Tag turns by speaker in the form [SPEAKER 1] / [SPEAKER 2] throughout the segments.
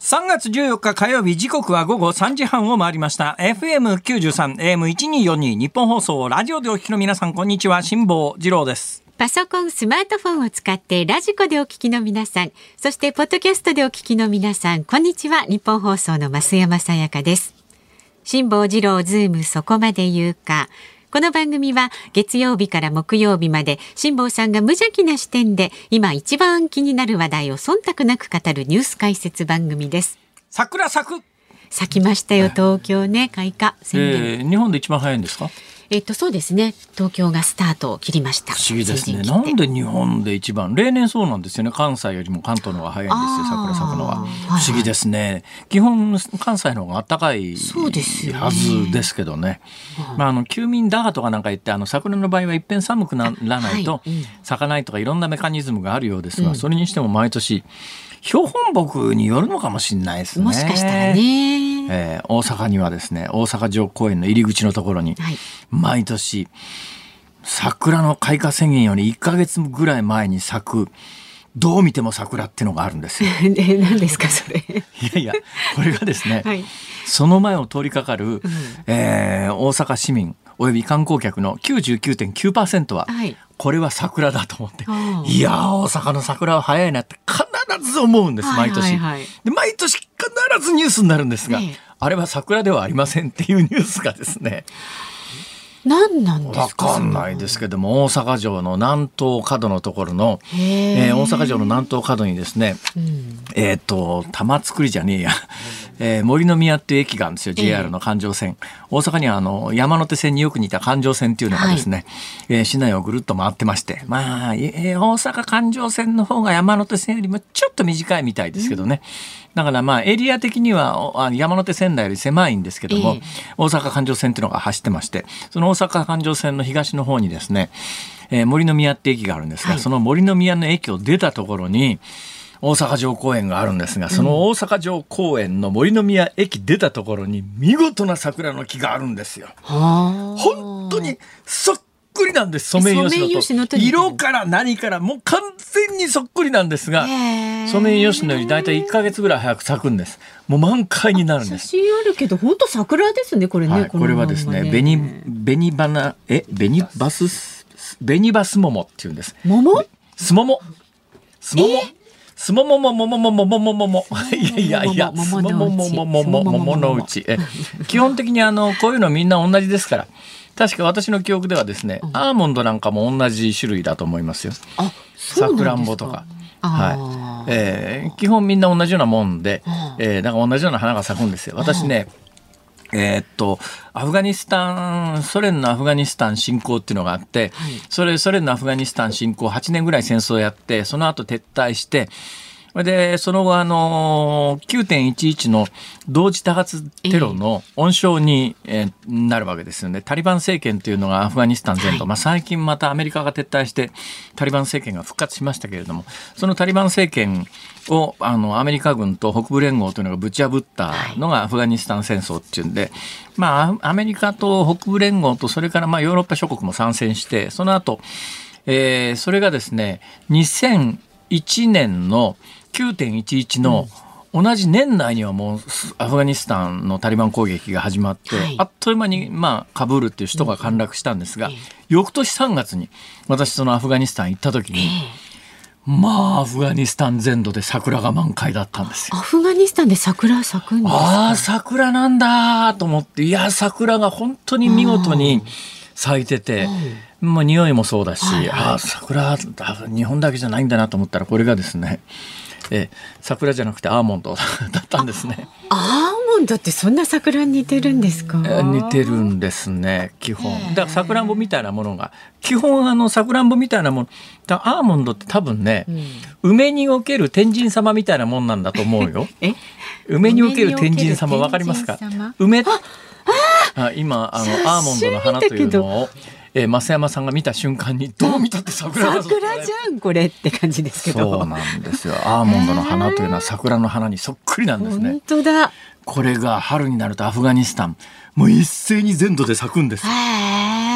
[SPEAKER 1] 3月14日火曜日、時刻は午後3時半を回りました。 FM93 AM1242 日本放送ラジオでお聞きの皆さん、こんにちは。辛坊治郎です。
[SPEAKER 2] パソコン、スマートフォンを使ってラジコでお聞きの皆さん、そしてポッドキャストでお聞きの皆さん、こんにちは。日本放送の増山さやかです。辛坊治郎ズームそこまで言うか。この番組は月曜日から木曜日まで辛坊さんが無邪気な視点で今一番気になる話題を忖度なく語るニュース解説番組です。
[SPEAKER 1] 桜咲く。
[SPEAKER 2] 咲きましたよ、東京ね。開花宣言、
[SPEAKER 1] 日本で一番早いんですか？
[SPEAKER 2] そうですね。東京がスタートを切りました。
[SPEAKER 1] 不思議ですね。なんで日本で一番、例年そうなんですよね。関西よりも関東の方が早いんですよ、桜咲くのは。不思議ですね。基本関西の方が暖かいはずですけどね。休眠打破とかなんか言って、桜の場合はいっぺん寒くならないと咲かないとかいろんなメカニズムがあるようですが、それにしても毎年標本木によるのかもしれないですね。
[SPEAKER 2] もしかしたらね。
[SPEAKER 1] 大阪にはですね、大阪城公園の入り口のところに、毎年桜の開花宣言より1ヶ月ぐらい前に咲く、どう見ても桜っていうのがあるんですよ。
[SPEAKER 2] 何ですかそれ。
[SPEAKER 1] いやこれがですね、その前を通りかかる、大阪市民および観光客の 99.9% は、これは桜だと思って、いや大阪の桜は早いなって必ず思うんです、毎年。で毎年必ずニュースになるんですが、あれは桜ではありませんっていうニュースがですね、
[SPEAKER 2] 何なんですか？
[SPEAKER 1] わかんないですけども、大阪城の南東角のところの、大阪城の南東角にですね、玉造じゃねえや、森の宮っていう駅があるんですよ、JR の環状線。大阪には山手線によく似た環状線っていうのがですね、市内をぐるっと回ってまして、大阪環状線の方が山手線よりもちょっと短いみたいですけどね。だからエリア的には山手線内より狭いんですけども、大阪環状線っていうのが走ってまして、その大阪環状線の東の方にですね、森の宮って駅があるんですが、その森の宮の駅を出たところに大阪城公園があるんですが、その大阪城公園の森の宮駅出たところに見事な桜の木があるんですよ。本当にそっくりなんです。ソメイヨシノと色から何からもう完全にそっくりなんですが、ソメイヨシノよりだいたい1ヶ月ぐらい早く咲くんです。もう満開になるんです。
[SPEAKER 2] 写真あるけど本当桜ですね、これね。
[SPEAKER 1] これはですね、紅バス桃っていうんです。
[SPEAKER 2] 桃？
[SPEAKER 1] スモモスモモスモモモモモモモモモモモいやスモモモモモモモのうち、基本的にこういうのみんな同じですから。確か私の記憶ではですね、アーモンドなんかも同じ種類だと思いますよ。さくらんぼとか、基本みんな同じようなもんで、だから同じような花が咲くんですよ。私ね、アフガニスタン、ソ連のアフガニスタン侵攻っていうのがあって、ソ連のアフガニスタン侵攻8年ぐらい戦争をやって、その後撤退して、でその後9.11 の同時多発テロの温床に、なるわけですよね。タリバン政権というのがアフガニスタン全土、最近またアメリカが撤退してタリバン政権が復活しましたけれども、そのタリバン政権をアメリカ軍と北部連合というのがぶち破ったのがアフガニスタン戦争っていうんで、アメリカと北部連合とそれからヨーロッパ諸国も参戦して、その後、それがですね2001年の9.11 の同じ年内にはもうアフガニスタンのタリバン攻撃が始まって、あっという間にカブールっていう首都が陥落したんですが、翌年3月に私そのアフガニスタン行った時に、アフガニスタン全土で桜が満開だったんですよ。
[SPEAKER 2] アフガニスタンで桜咲くんですか？
[SPEAKER 1] 桜なんだと思って、いや桜が本当に見事に咲いてて、匂いもそうだし、桜日本だけじゃないんだなと思ったら、これがですね、桜じゃなくてアーモンドだったんですね。
[SPEAKER 2] アーモンドってそんな桜に似てるんですか？
[SPEAKER 1] 似てるんですね、基本。だからさくらんぼみたいなものが基本さくらんぼみたいなものだ。アーモンドって多分ね、梅における天神様みたいなもんなんだと思うよ。梅における天神様わかりますか？梅今アーモンドの花というのを増山さんが見た瞬間に、どう見たって桜だぞ、
[SPEAKER 2] 桜じゃんこれって感じですけど。
[SPEAKER 1] そうなんですよ。アーモンドの花というのは桜の花にそっくりなんですね。
[SPEAKER 2] 本当だ。
[SPEAKER 1] これが春になるとアフガニスタンもう一斉に全土で咲くんです。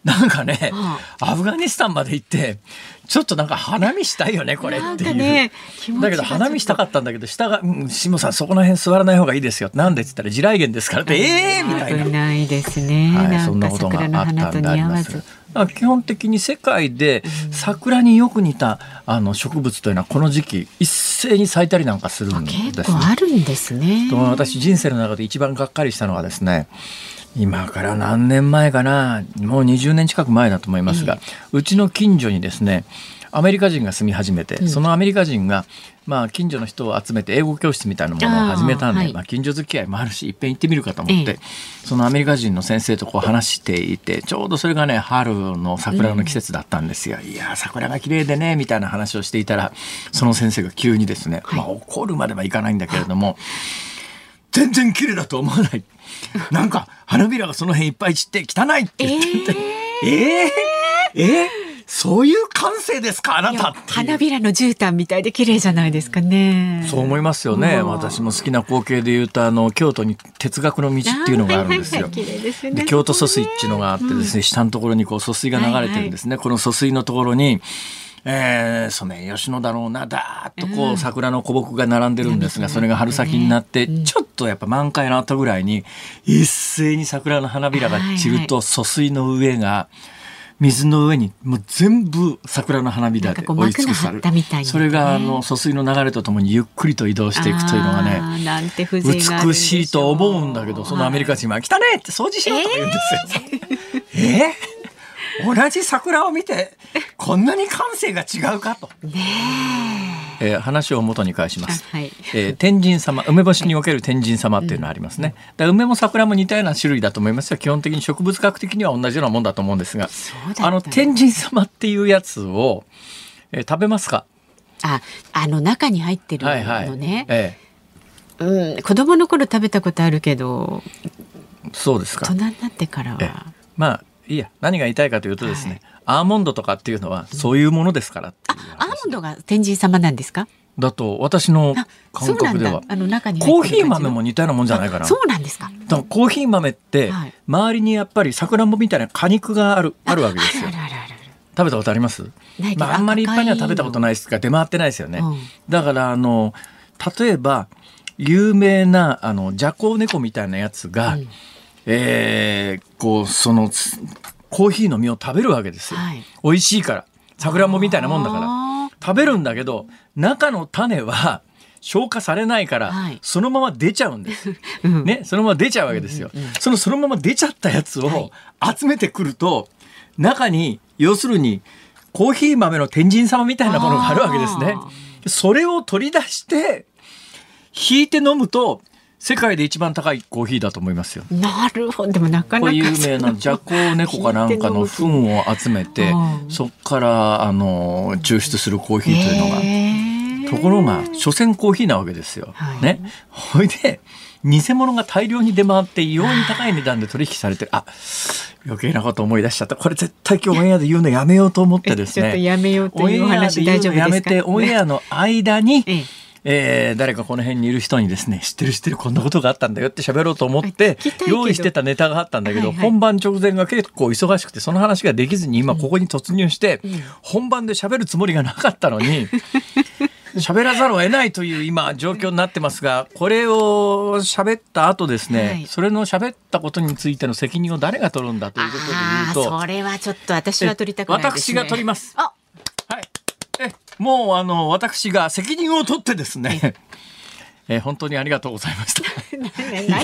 [SPEAKER 1] なんかね、アフガニスタンまで行ってちょっとなんか花見したいよねこれっていう、
[SPEAKER 2] ね、
[SPEAKER 1] だけど花見したかったんだけど下が下さんそこの辺座らない方がいいですよなんでって言ったら地雷原ですからってみたいな。
[SPEAKER 2] 危ないですね、
[SPEAKER 1] はい、そんなことがあったんであります。基本的に世界で桜によく似た植物というのはこの時期一斉に咲いたりなんかするんですね。
[SPEAKER 2] 結構あるんですね。
[SPEAKER 1] 私人生の中で一番がっかりしたのはですね、今から何年前かな、もう20年近く前だと思いますが、うちの近所にですねアメリカ人が住み始めて、そのアメリカ人が近所の人を集めて英語教室みたいなものを始めたんで、近所付き合いもあるしいっぺん行ってみるかと思って、そのアメリカ人の先生とこう話していて、ちょうどそれがね春の桜の季節だったんですよ。いや桜が綺麗でねみたいな話をしていたら、その先生が急にですね、怒るまではいかないんだけれども、全然綺麗だと思わない、なんか花びらがその辺いっぱい散って汚いって言ってて、そういう感性ですかあなたって。
[SPEAKER 2] 花びらの絨毯みたいで綺麗じゃないですかね。
[SPEAKER 1] そう思いますよね。私も好きな光景で言うと京都に哲学の道っていうのがあるんですよ。で京都疎水っていうのがあってですね、下のところにこう疎水が流れてるんですね。この疎水のところにソメイヨシノだろうな、だーっとこう桜の古木が並んでるんですが、それが春先になってちょっとやっぱ満開の後ぐらいに一斉に桜の花びらが散ると、疎水の上が水の上にもう全部桜の花びらで覆い尽くされる。それが疎水の流れとともにゆっくりと移動していくというのがね、
[SPEAKER 2] なんて風情があるんでしょう。
[SPEAKER 1] 美しいと思うんだけど、そのアメリカ人は汚ねって掃除しろとか言うんですよ。同じ桜を見てこんなに感性が違うかと、話を元に返します。天神様、梅干しにおける天神様っていうのがありますね。だ梅も桜も似たような種類だと思いますよ。基本的に植物学的には同じようなもんだと思うんですが、天神様っていうやつを、食べますか？
[SPEAKER 2] 中に入ってるのね、子供の頃食べたことあるけど、
[SPEAKER 1] そうですか。
[SPEAKER 2] 大人になってからは、
[SPEAKER 1] いや何が言いたいかというとですね、アーモンドとかっていうのはそういうものですからっていう話。
[SPEAKER 2] アーモンドが天神様なんですか？
[SPEAKER 1] だと私の感覚では。
[SPEAKER 2] 中に
[SPEAKER 1] コーヒー豆も似たようなもんじゃないかな。
[SPEAKER 2] そうなんですか。
[SPEAKER 1] だからコーヒー豆って周りにやっぱりさくらんぼみたいな果肉があるわけですよ。食べたことあります？あんまり一般には食べたことないですが、出回ってないですよね。だから例えば有名なジャコウネコみたいなやつが、そのコーヒーの実を食べるわけですよ。美味しいから、さくらんぼみたいなもんだから食べるんだけど、中の種は消化されないから、そのまま出ちゃうんです、そのまま出ちゃうわけですよ。そのまま出ちゃったやつを集めてくると、中に要するにコーヒー豆の天神様みたいなものがあるわけですね。それを取り出して引いて飲むと世界で一番高いコーヒーだと思いますよ。
[SPEAKER 2] なるほど。でもなかなか
[SPEAKER 1] 有名なジャコウネコかなんかの糞を集めて、そこから抽出するコーヒーというのが、ところが所詮コーヒーなわけですよ、ほいで偽物が大量に出回って異様に高い値段で取引されてる。余計なこと思い出しちゃった。これ絶対今日オンエアで言うのやめようと思ってですね。
[SPEAKER 2] ちょっとやめようというお話大丈夫ですか？
[SPEAKER 1] やめてオンエアの間に誰かこの辺にいる人にですね、知ってるこんなことがあったんだよって喋ろうと思って用意してたネタがあったんだけど、本番直前が結構忙しくてその話ができずに今ここに突入して、本番で喋るつもりがなかったのに喋らざるを得ないという今状況になってますが、これを喋った後ですね、それの喋ったことについての責任を誰が取るんだということで言うと、
[SPEAKER 2] それはちょっと私は取りたくないですね。
[SPEAKER 1] 私が取ります。もう私が責任を取ってですね、本当にありがとうございました。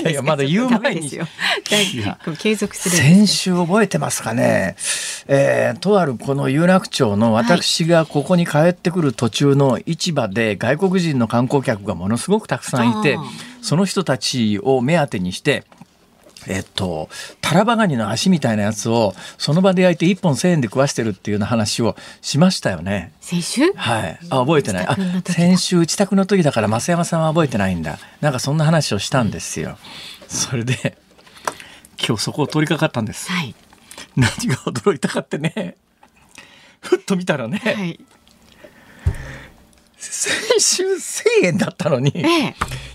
[SPEAKER 1] いやまだ言う前に
[SPEAKER 2] 継続する。
[SPEAKER 1] 先週覚えてますかね、とあるこの有楽町の私がここに帰ってくる途中の市場で外国人の観光客がものすごくたくさんいて、その人たちを目当てにしてタラバガニの足みたいなやつをその場で焼いて1本1000円で食わしてるっていうような話をしましたよね。
[SPEAKER 2] 先週？
[SPEAKER 1] 覚えてない。先週打ち宅の時だから増山さんは覚えてないんだ。なんかそんな話をしたんですよ。それで今日そこを通りかかったんです、何が驚いたかってね、ふっと見たらね、先週1000円だったのに、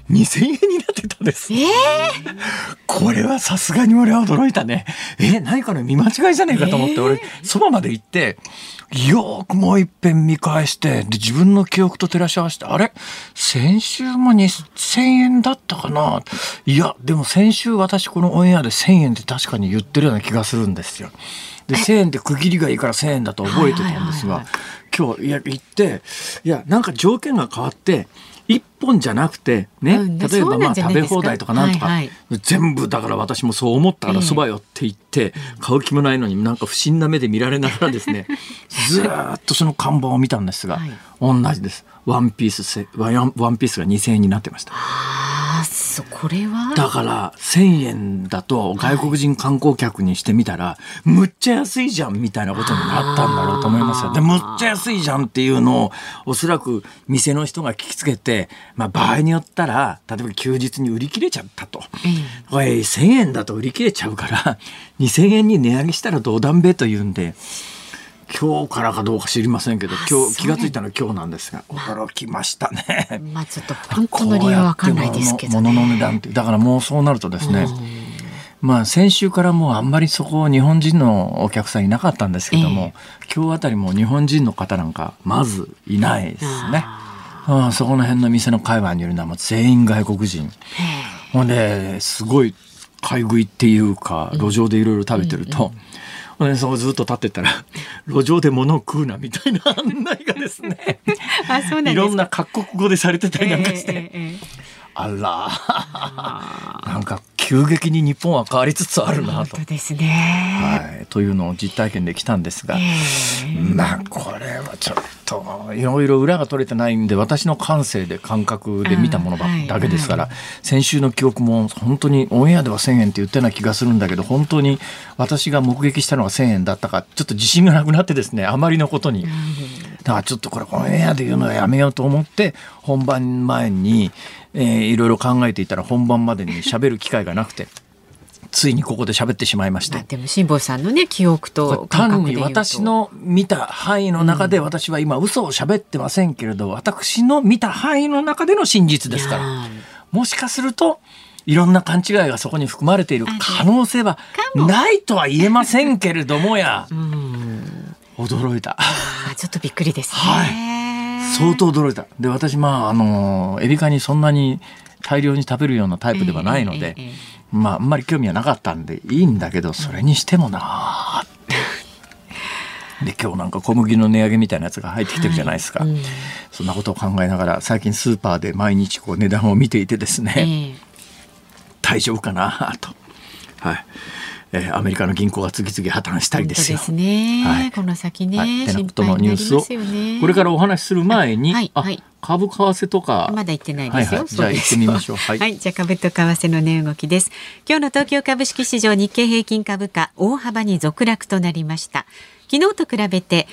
[SPEAKER 1] 2000円になってたんです。これはさすがに俺は驚いたね。何かの見間違いじゃねえかと思って、俺そばまで行ってよくもう一遍見返して、で自分の記憶と照らし合わせて、あれ先週も2000円だったかな。いやでも先週私このオンエアで1000円って確かに言ってるような気がするんですよ。で1000円って区切りがいいから1000円だと覚えてたんですが、今日行ってなんか条件が変わって1本じゃなくてね、例えば食べ放題とかなんとか、全部だから私もそう思ったからそば寄って行って買う気もないのになんか不審な目で見られながらですねずっとその看板を見たんですが、同じです。ワンピースが2000円になってました。
[SPEAKER 2] これは
[SPEAKER 1] だから1000円だと外国人観光客にしてみたら、むっちゃ安いじゃんみたいなことになったんだろうと思いますよ。でむっちゃ安いじゃんっていうのをおそらく店の人が聞きつけて、場合によったら例えば休日に売り切れちゃったと、1000円だと売り切れちゃうから2000円に値上げしたらどうだんべというんで、今日からかどうか知りませんけど、今日気がついたのは今日なんですが、驚きましたね。
[SPEAKER 2] ちょっと本当の理由は分かんないですけどね。
[SPEAKER 1] 物の値段ってだからもうそうなるとですね、先週からもうあんまりそこ日本人のお客さんいなかったんですけども、今日あたりも日本人の方なんかまずいないですね。そこの辺の店の会話によるのはもう全員外国人。ほんですごい買い食いっていうか路上でいろいろ食べてると、そこずっと立ってたら路上で物を食うなみたいな案内がですねいろんな各国語でされてたりなんかして、あらなんか急激に日本は変わりつつあるなと。
[SPEAKER 2] 本当ですね、
[SPEAKER 1] というのを実体験できたんですが、これはちょっといろいろ裏が取れてないんで、私の感性で感覚で見たものだけですから、先週の記憶も本当にオンエアでは1000円って言ったような気がするんだけど、本当に私が目撃したのが1000円だったかちょっと自信がなくなってですね、あまりのことにだからちょっとこれオンエアで言うのはやめようと思って本番前にいろいろ考えていたら本番までに喋る機会がなくてついにここで喋ってしまいまして、
[SPEAKER 2] でも辛坊さんのね記憶と感覚で言うと、
[SPEAKER 1] 単に私の見た範囲の中で、私は今嘘を喋ってませんけれど、私の見た範囲の中での真実ですから、もしかするといろんな勘違いがそこに含まれている可能性はないとは言えませんけれども驚いた。
[SPEAKER 2] ちょっとびっくりですね。
[SPEAKER 1] 相当驚いた。で私エビカニそんなに大量に食べるようなタイプではないので、あんまり興味はなかったんでいいんだけど、それにしてもなで今日なんか小麦の値上げみたいなやつが入ってきてるじゃないですか、そんなことを考えながら最近スーパーで毎日値段を見ていてですね、大丈夫かなと、アメリカの銀行が次々破綻したりですよ。
[SPEAKER 2] そうですね、この先ね、心配になりますよね。
[SPEAKER 1] これからお話しする前に、株為替とか
[SPEAKER 2] まだ言ってないですよ。
[SPEAKER 1] じゃあ行ってみましょう。
[SPEAKER 2] じゃあ株と為替の値動きです。今日の東京株式市場日経平均株価大幅に続落となりました。昨日と比べて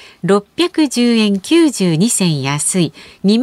[SPEAKER 2] 610円92銭安い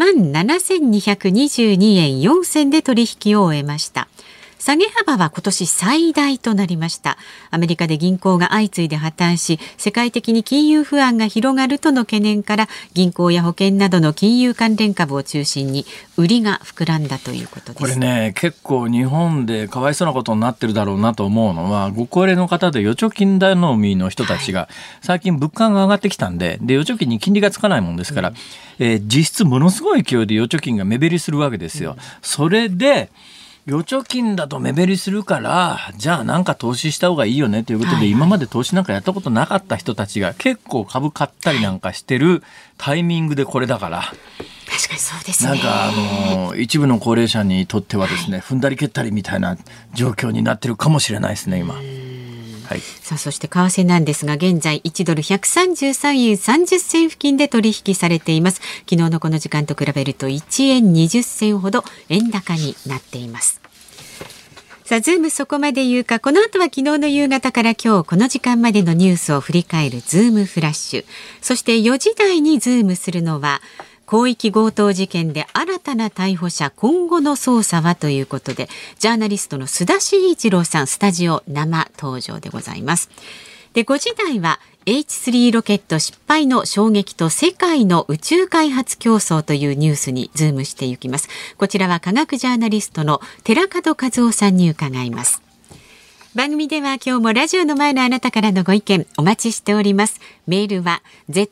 [SPEAKER 2] 27,222 円4銭で取引を終えました。下げ幅は今年最大となりました。アメリカで銀行が相次いで破綻し、世界的に金融不安が広がるとの懸念から、銀行や保険などの金融関連株を中心に売りが膨らんだということです。
[SPEAKER 1] これね、結構日本でかわいそうなことになってるだろうなと思うのは、ご高齢の方で預貯金頼みの人たちが最近物価が上がってきたんで、預貯金に金利がつかないもんですから、実質ものすごい勢いで預貯金が目減りするわけですよ。それで預貯金だと目減りするから、じゃあなんか投資した方がいいよねということで、今まで投資なんかやったことなかった人たちが結構株買ったりなんかしてるタイミングでこれだから、
[SPEAKER 2] 確かにそうですね。
[SPEAKER 1] なんか一部の高齢者にとってはですね、踏んだり蹴ったりみたいな状況になってるかもしれないですね今。
[SPEAKER 2] さあそして為替なんですが、現在1ドル133円30銭付近で取引されています。昨日のこの時間と比べると1円20銭ほど円高になっています。さあズームそこまで言うか、この後は昨日の夕方から今日この時間までのニュースを振り返るズームフラッシュ、そして4時台にズームするのは広域強盗事件で新たな逮捕者、今後の捜査はということで、ジャーナリストの須田慎一郎さん、スタジオ生登場でございます。 で5時台は H3 ロケット失敗の衝撃と世界の宇宙開発競争というニュースにズームしていきます。こちらは科学ジャーナリストの寺門和夫さんに伺います。番組では今日もラジオの前のあなたからのご意見お待ちしております。メールは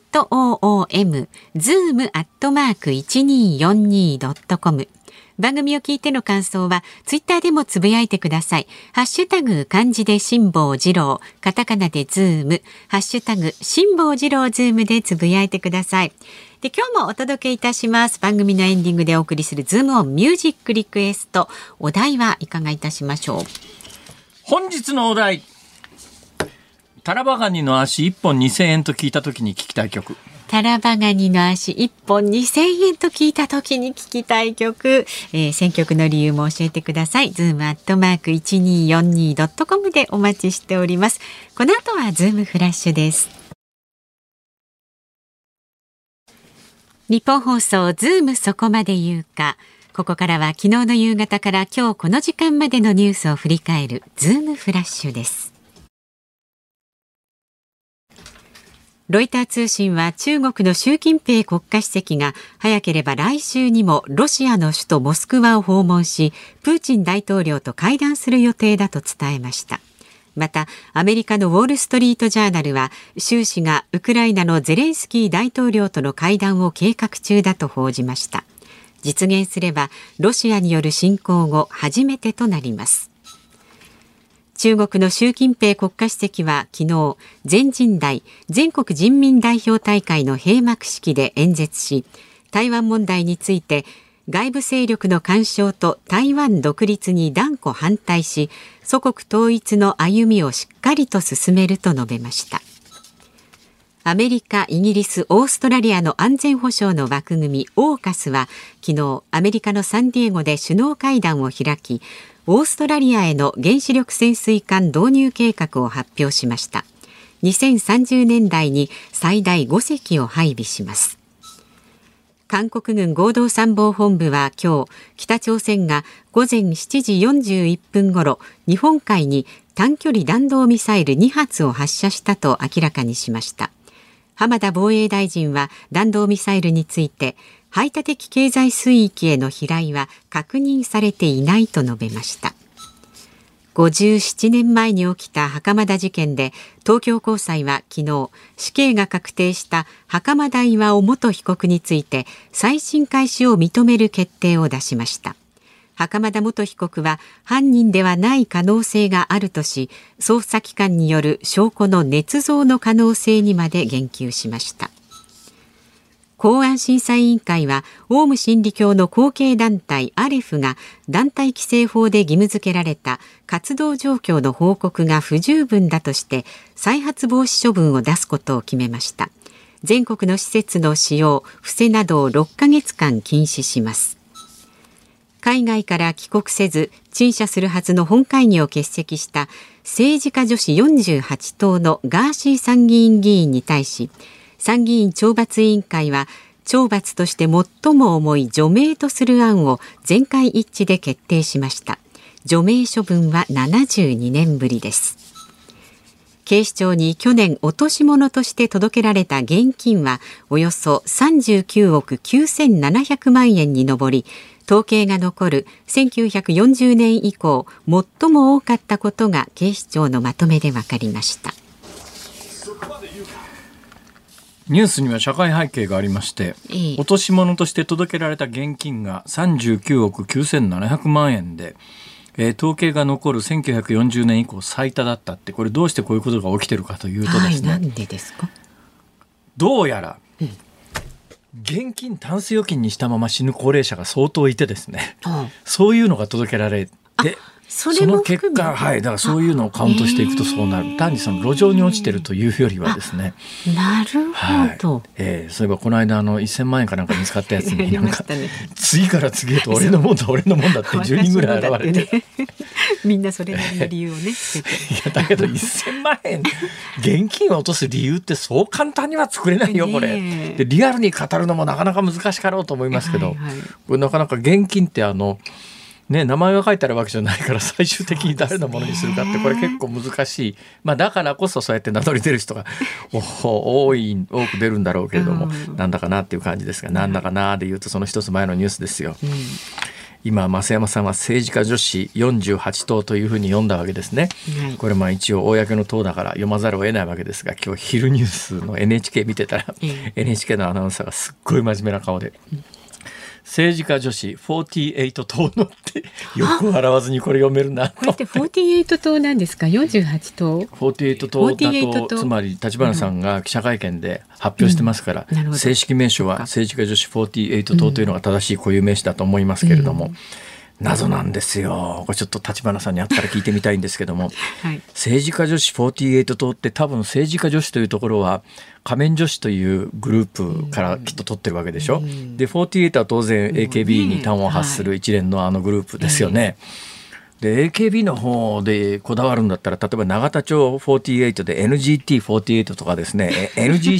[SPEAKER 2] zoom@1242.com。番組を聞いての感想はツイッターでもつぶやいてください。ハッシュタグ漢字で辛坊治郎、カタカナでズーム、ハッシュタグ辛坊治郎ズームでつぶやいてください。で今日もお届けいたします。番組のエンディングでお送りするズームオンミュージックリクエスト。お題はいかがいたしましょう。
[SPEAKER 1] 本日のお題、タラバガニの足1本2000円と聞いた時に聞きたい曲。
[SPEAKER 2] タラバガニの足1本2000円と聞いた時に聞きたい曲、選曲の理由も教えてください。zoom@1242.com でお待ちしております。この後はズームフラッシュです。日本放送ズームそこまで言うか。ここからは昨日の夕方から今日この時間までのニュースを振り返るズームフラッシュです。ロイター通信は中国の習近平国家主席が早ければ来週にもロシアの首都モスクワを訪問し、プーチン大統領と会談する予定だと伝えました。またアメリカのウォール・ストリート・ジャーナルは習氏がウクライナのゼレンスキー大統領との会談を計画中だと報じました。実現すればロシアによる侵攻後初めてとなります。中国の習近平国家主席は昨日、全人代・全国人民代表大会の閉幕式で演説し、台湾問題について外部勢力の干渉と台湾独立に断固反対し、祖国統一の歩みをしっかりと進めると述べました。アメリカ、イギリス、オーストラリアの安全保障の枠組みオーカスは昨日アメリカのサンディエゴで首脳会談を開き、オーストラリアへの原子力潜水艦導入計画を発表しました。2030年代に最大5隻を配備します。韓国軍合同参謀本部は今日、北朝鮮が午前7時41分ごろ、日本海に短距離弾道ミサイル2発を発射したと明らかにしました。浜田防衛大臣は弾道ミサイルについて、排他的経済水域への飛来は確認されていないと述べました。57年前に起きた袴田事件で東京高裁は昨日死刑が確定した袴田巌元被告について再審開始を認める決定を出しました。袴田元被告は犯人ではない可能性があるとし、捜査機関による証拠の捏造の可能性にまで言及しました。公安審査委員会はオウム真理教の後継団体アレフが団体規制法で義務付けられた活動状況の報告が不十分だとして再発防止処分を出すことを決めました。全国の施設の使用、伏せなどを6ヶ月間禁止します。海外から帰国せず陳謝するはずの本会議を欠席した政治家女子48党のガーシー参議院議員に対し、参議院懲罰委員会は懲罰として最も重い除名とする案を全会一致で決定しました。除名処分は72年ぶりです。警視庁に去年落とし物として届けられた現金はおよそ39億9700万円に上り、統計が残る1940年以降最も多かったことが警視庁のまとめで分かりました。
[SPEAKER 1] ニュースには社会背景がありまして、落とし物として届けられた現金が39億9700万円で、統計が残る1940年以降最多だったって、これどうしてこういうことが起きてるかというとですね、
[SPEAKER 2] なんでですか？
[SPEAKER 1] どうやら、現金タンス預金にしたまま死ぬ高齢者が相当いてですね、そういうのが届けられて、その結果、だからそういうのをカウントしていくとそうなる。単にその路上に落ちてるというよりはですね。
[SPEAKER 2] なるほど。
[SPEAKER 1] そういえばこの間1000万円かなんか見つかったやつになんか、次から次へと俺のもんだ俺のもんだって10人ぐらい現れて、
[SPEAKER 2] みんなそれなりの理由をねつけて。
[SPEAKER 1] いやだけど1000万円現金を落とす理由ってそう簡単には作れないよこれ。でリアルに語るのもなかなか難しかろうと思いますけど、これなかなか現金ってね、名前が書いてあるわけじゃないから最終的に誰のものにするかってこれ結構難しい、だからこそそうやって名乗り出る人が多く出るんだろうけれども、なんだかなっていう感じですが、なんだかなで言うとその一つ前のニュースですよ。今増山さんは政治家女子48党というふうに読んだわけですね、これ一応公の党だから読まざるを得ないわけですが、今日昼ニュースの NHK 見てたら、NHK のアナウンサーがすっごい真面目な顔で、政治家女子48党のってよく笑わずにこれ読めるなと。
[SPEAKER 2] これって48党なんですか？48党
[SPEAKER 1] 48党だとつまり立花さんが記者会見で発表してますから、正式名称は政治家女子48党というのが正しい固有名詞だと思いますけれども、謎なんですよ。これちょっと立花さんに会ったら聞いてみたいんですけども、政治家女子48党って多分政治家女子というところは仮面女子というグループからきっと取ってるわけでしょ。で48は当然 AKB に端を発する一連のグループですよね。で AKB の方でこだわるんだったら、例えば永田町48で NGT48 とかですね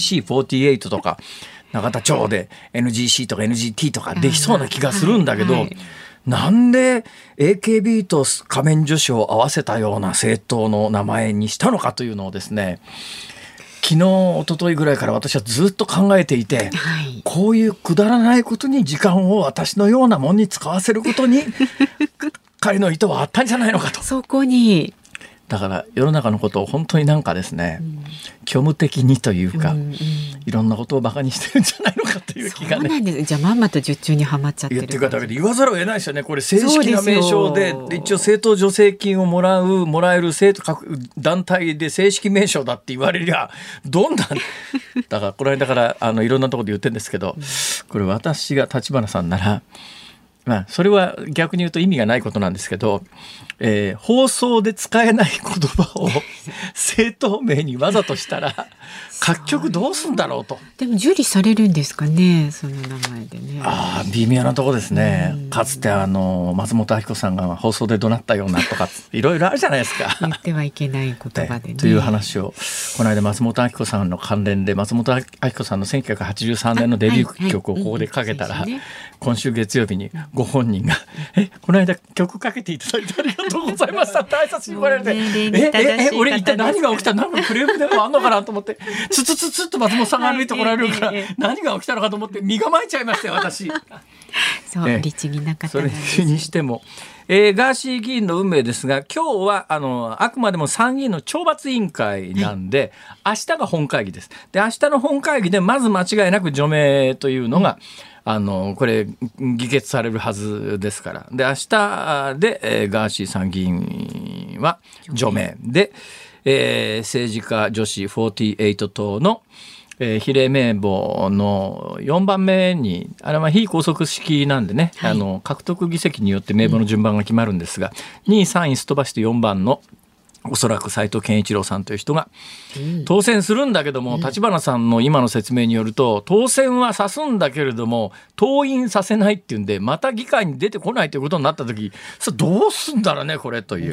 [SPEAKER 1] NGC48 とか永田町で NGC とか NGT とかできそうな気がするんだけど、なんで AKB と仮面女子を合わせたような政党の名前にしたのかというのをですね、昨日一昨日ぐらいから私はずっと考えていて、こういうくだらないことに時間を私のようなものに使わせることに彼の意図はあったんじゃないのかと。
[SPEAKER 2] そこに
[SPEAKER 1] だから世の中のことを本当にですね、虚無的にというか、いろんなことをバカにしてるんじゃないのかという気がね。
[SPEAKER 2] そうなんです。じゃあまんまと術中にはまっちゃってる。
[SPEAKER 1] っていうかだけど言わざるを得ないですよね。これ正式な名称で一応政党助成金をもらえる政党各団体で正式名称だって言われりゃどんなだからこれだからいろんなところで言ってるんですけど、これ私が立花さんなら、それは逆に言うと意味がないことなんですけど、放送で使えない言葉を政党名にわざとしたら各局どうすんだろうと。
[SPEAKER 2] でも受理されるんですかね、その名前でね。
[SPEAKER 1] 微妙なとこですね。かつて松本明子さんが放送で怒鳴ったようなとかいろいろあるじゃないですか。
[SPEAKER 2] 言ってはいけない言葉でね。
[SPEAKER 1] という話をこの間松本明子さんの関連で、松本明子さんの1983年のデビュー曲をここでかけたら、今週月曜日にご本人がこの間曲かけていただいてありがとうございましたって挨拶に言われて、俺一体何が起きた、何かクレームでもあんのかなと思って、つっと松本さんが歩いてこられるから何が起きたのかと思って身構えちゃいましたよ私。
[SPEAKER 2] そう律儀な方なんです。
[SPEAKER 1] それにしても、ガーシー議員の運命ですが、今日はあくまでも参議院の懲罰委員会なんで、明日が本会議です。で明日の本会議でまず間違いなく除名というのが、これ議決されるはずですから。で明日で、ガーシー参議院は除名で、政治家女子48党の比例名簿の4番目に、あれは非拘束式なんでね、獲得議席によって名簿の順番が決まるんですが、2位3位すっ飛ばして4番のおそらく斉藤健一郎さんという人が当選するんだけども、立花さんの今の説明によると、当選はさすんだけれども登院させないっていうんで、また議会に出てこないということになった時、それどうすんだろうねこれという。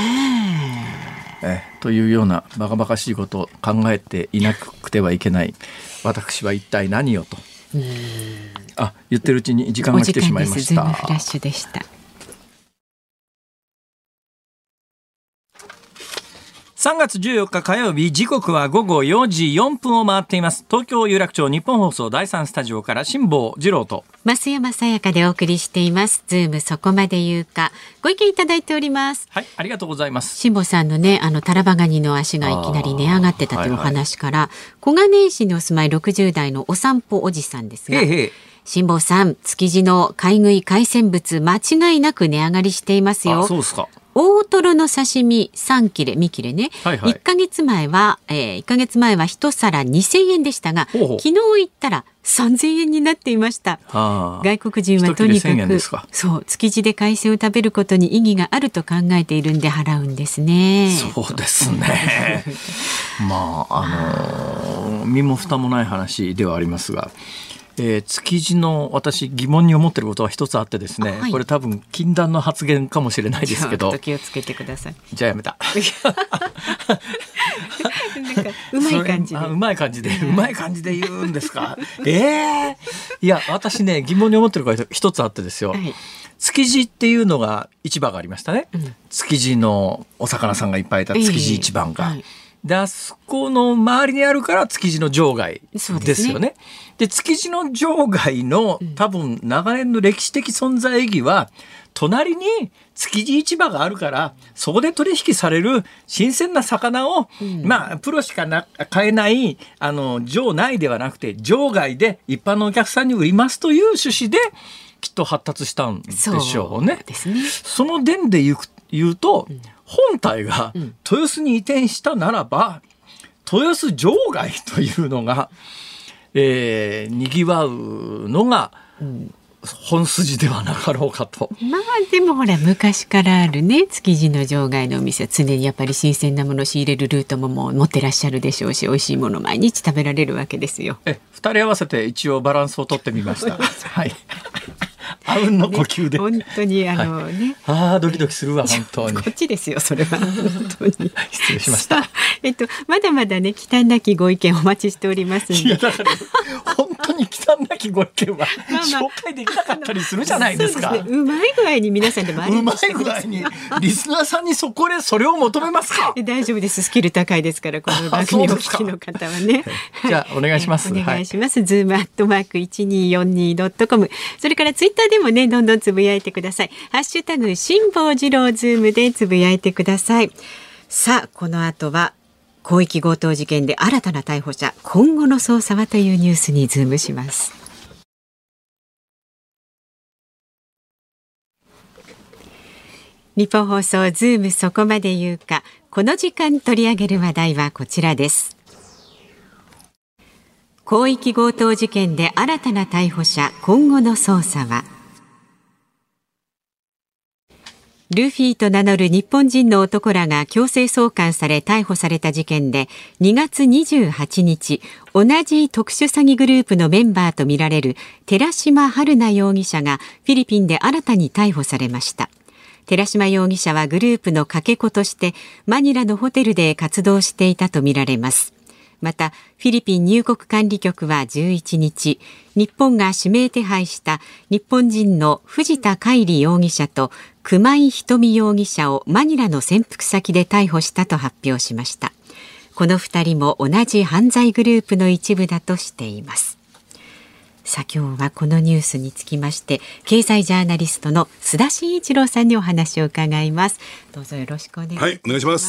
[SPEAKER 1] というようなバカバカしいことを考えていなくてはいけない私は一体何をと。言ってるうちに時間が来てしまいました。
[SPEAKER 2] お時間です。ズームフラッシュでした。
[SPEAKER 1] 3月14日火曜日、時刻は午後4時4分を回っています。東京有楽町日本放送第3スタジオから辛坊治郎と
[SPEAKER 2] 増山さやかでお送りしています。ズームそこまで言うか、ご意見いただいております。
[SPEAKER 1] はい、ありがとうございます。
[SPEAKER 2] 辛坊さんのね、タラバガニの足がいきなり値上がってたというお話から、小金井市にお住まい60代のお散歩おじさんですが、辛坊さん、築地の買い食い海鮮物間違いなく値上がりしていますよ。
[SPEAKER 1] そうですか。
[SPEAKER 2] 大トロの刺身3切れ2切れね、1ヶ月前は1皿2000円でしたが、昨日行ったら3000円になっていました。外国人はとにかくそう築地で海鮮を食べることに意義があると考えているんで払うんですね。
[SPEAKER 1] そうですね身も蓋もない話ではありますが、築地の私疑問に思っていることは一つあってですね、これ多分禁断の発言かもしれないですけど、
[SPEAKER 2] 気をつけてください。
[SPEAKER 1] じゃあやめた
[SPEAKER 2] うまい感じで。
[SPEAKER 1] うまい感じで、うまい感じで言うんですか。いや、私ね、疑問に思ってることが一つあってですよ。はい、築地っていうのが市場がありましたね。築地のお魚さんがいっぱいいた築地市場が。で、あそこの周りにあるから築地の場外ですよね。で、築地の場外の多分長年の歴史的存在意義は、隣に築地市場があるからそこで取引される新鮮な魚を、プロしか買えない場内ではなくて場外で一般のお客さんに売りますという趣旨できっと発達したんでしょうね。その点で言うと、本体が豊洲に移転したならば豊洲場外というのが、にぎわうのが、本筋ではなかろうかと。
[SPEAKER 2] でもほら昔からあるね、築地の場外のお店は常にやっぱり新鮮なものを仕入れるルートももう持ってらっしゃるでしょうし、美味しいもの毎日食べられるわけですよ。
[SPEAKER 1] 2人合わせて一応バランスを取ってみました。はい。あうんの呼吸で、
[SPEAKER 2] 本当に
[SPEAKER 1] ドキドキするわ本当に。
[SPEAKER 2] こっちですよそれは本当に。
[SPEAKER 1] 失礼しました。
[SPEAKER 2] まだまだね忌憚なきご意見お待ちしておりますんで。
[SPEAKER 1] いやだから本当に忌憚なきご意見は紹介できなかったりするじゃないですか。
[SPEAKER 2] うまい具合に皆さんでもあれ
[SPEAKER 1] うまい具合にリスナーさんにそれを求めますか。
[SPEAKER 2] 大丈夫です。スキル高いですからこの番組をお聞きの方はね。
[SPEAKER 1] じゃあお願いします。
[SPEAKER 2] お願いします。ズーム@1242.com、それからツイッターでもねどんどんつぶやいてください。ハッシュタグ辛坊治郎ズームでつぶやいてください。さあこの後は広域強盗事件で新たな逮捕者、今後の捜査はというニュースにズームします。日本放送ズームそこまで言うか。この時間取り上げる話題はこちらです。広域強盗事件で新たな逮捕者、今後の捜査は。ルフィと名乗る日本人の男らが強制送還され逮捕された事件で、2月28日、同じ特殊詐欺グループのメンバーとみられる寺島春奈容疑者がフィリピンで新たに逮捕されました。寺島容疑者はグループのかけ子としてマニラのホテルで活動していたとみられます。またフィリピン入国管理局は11日、日本が指名手配した日本人の藤田海里容疑者と熊井ひとみ容疑者をマニラの潜伏先で逮捕したと発表しました。この2人も同じ犯罪グループの一部だとしています。さあ今日はこのニュースにつきまして経済ジャーナリストの須田慎一郎さんにお話を伺います。どうぞよろしくお願いします。
[SPEAKER 3] はい、お願いします。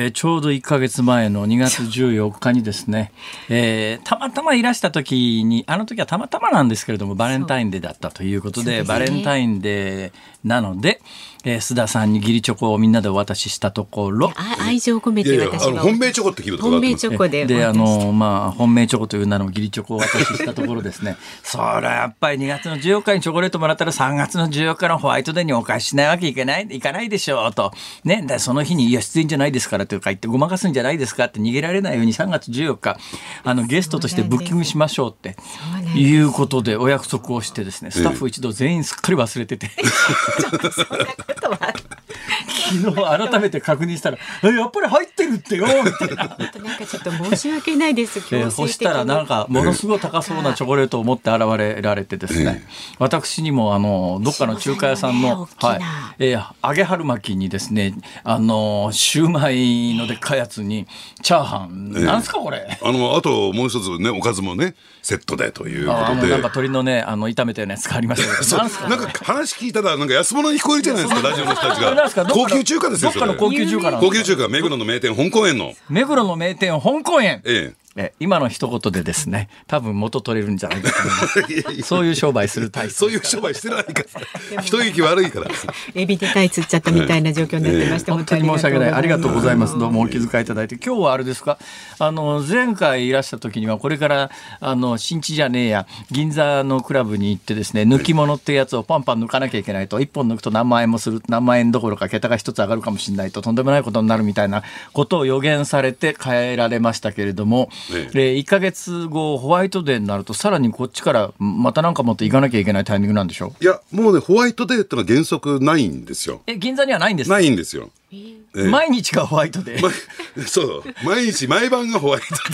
[SPEAKER 1] ちょうど1ヶ月前の2月14日にですね、たまたまいらした時に、あの時はたまたまなんですけれどもバレンタインデーだったということで、バレンタインデーなので、須田さんに義理チョコをみんなでお渡ししたところ、
[SPEAKER 2] 愛情を込めて私は
[SPEAKER 3] 本命チョコって聞いたことがあるんです。
[SPEAKER 2] 本命チョコで
[SPEAKER 1] 本命チョコという名の義理チョコをお渡ししたところですねそれはやっぱり2月の14日にチョコレートもらったら3月の14日のホワイトデーにお返ししないわけいかないでしょうと、ね、でその日にいや出演じゃないですからとか言ってごまかすんじゃないですかって逃げられないように3月14日ゲストとしてブッキングしましょうっていうことでお約束をしてですね、スタッフ一同全員すっかり忘れてて
[SPEAKER 2] ちょっとそんなことは
[SPEAKER 1] 昨日改めて確認したらやっぱり入ってるってよみたいな
[SPEAKER 2] なんかちょっと申し訳ないです。
[SPEAKER 1] そしたらなんかものすごい高そうなチョコレートを持って現れられてですね、私にもどっかの中華屋さんの、揚げ春巻きにですねシューマイのでっかいやつにチャーハン、なんすかこれ
[SPEAKER 3] あともう一つねおかずもねセットでということで
[SPEAKER 1] なんか鶏のね炒めたようなやつがありましたけど
[SPEAKER 3] なんか話聞いたらなんか安物に聞こえるじゃないですかラジオの人たちが高級中華ですよ。
[SPEAKER 1] どっかの高級中華なんですか。
[SPEAKER 3] 高級中華目黒の名店香港園の
[SPEAKER 1] 香港園、今の一言でですね多分元取れるんじゃないかと思いますそういう商売する体質
[SPEAKER 3] そういう商売してないから一息悪いから
[SPEAKER 2] エビでタイ釣っちゃったみたいな状況になってました、
[SPEAKER 1] 本当に申し訳ない、ありがとうございます。どうもお気遣いいただいて。今日はあれですか、前回いらした時にはこれから新地じゃねえや銀座のクラブに行ってですね抜き物ってやつをパンパン抜かなきゃいけないと、1本抜くと何万円もする、何万円どころか桁が1つ上がるかもしれないととんでもないことになるみたいなことを予言されて帰られましたけれども、 1ヶ月後ホワイトデーになるとさらにこっちからまたなんか持って行かなきゃいけないタイミングなんでしょう。
[SPEAKER 3] いやもうねホワイトデーってのは原則ないんですよ。
[SPEAKER 1] 銀座にはないんですか。
[SPEAKER 3] ないんですよ。
[SPEAKER 1] 毎日がホワイトデー、
[SPEAKER 3] そう毎日毎晩がホワイトデ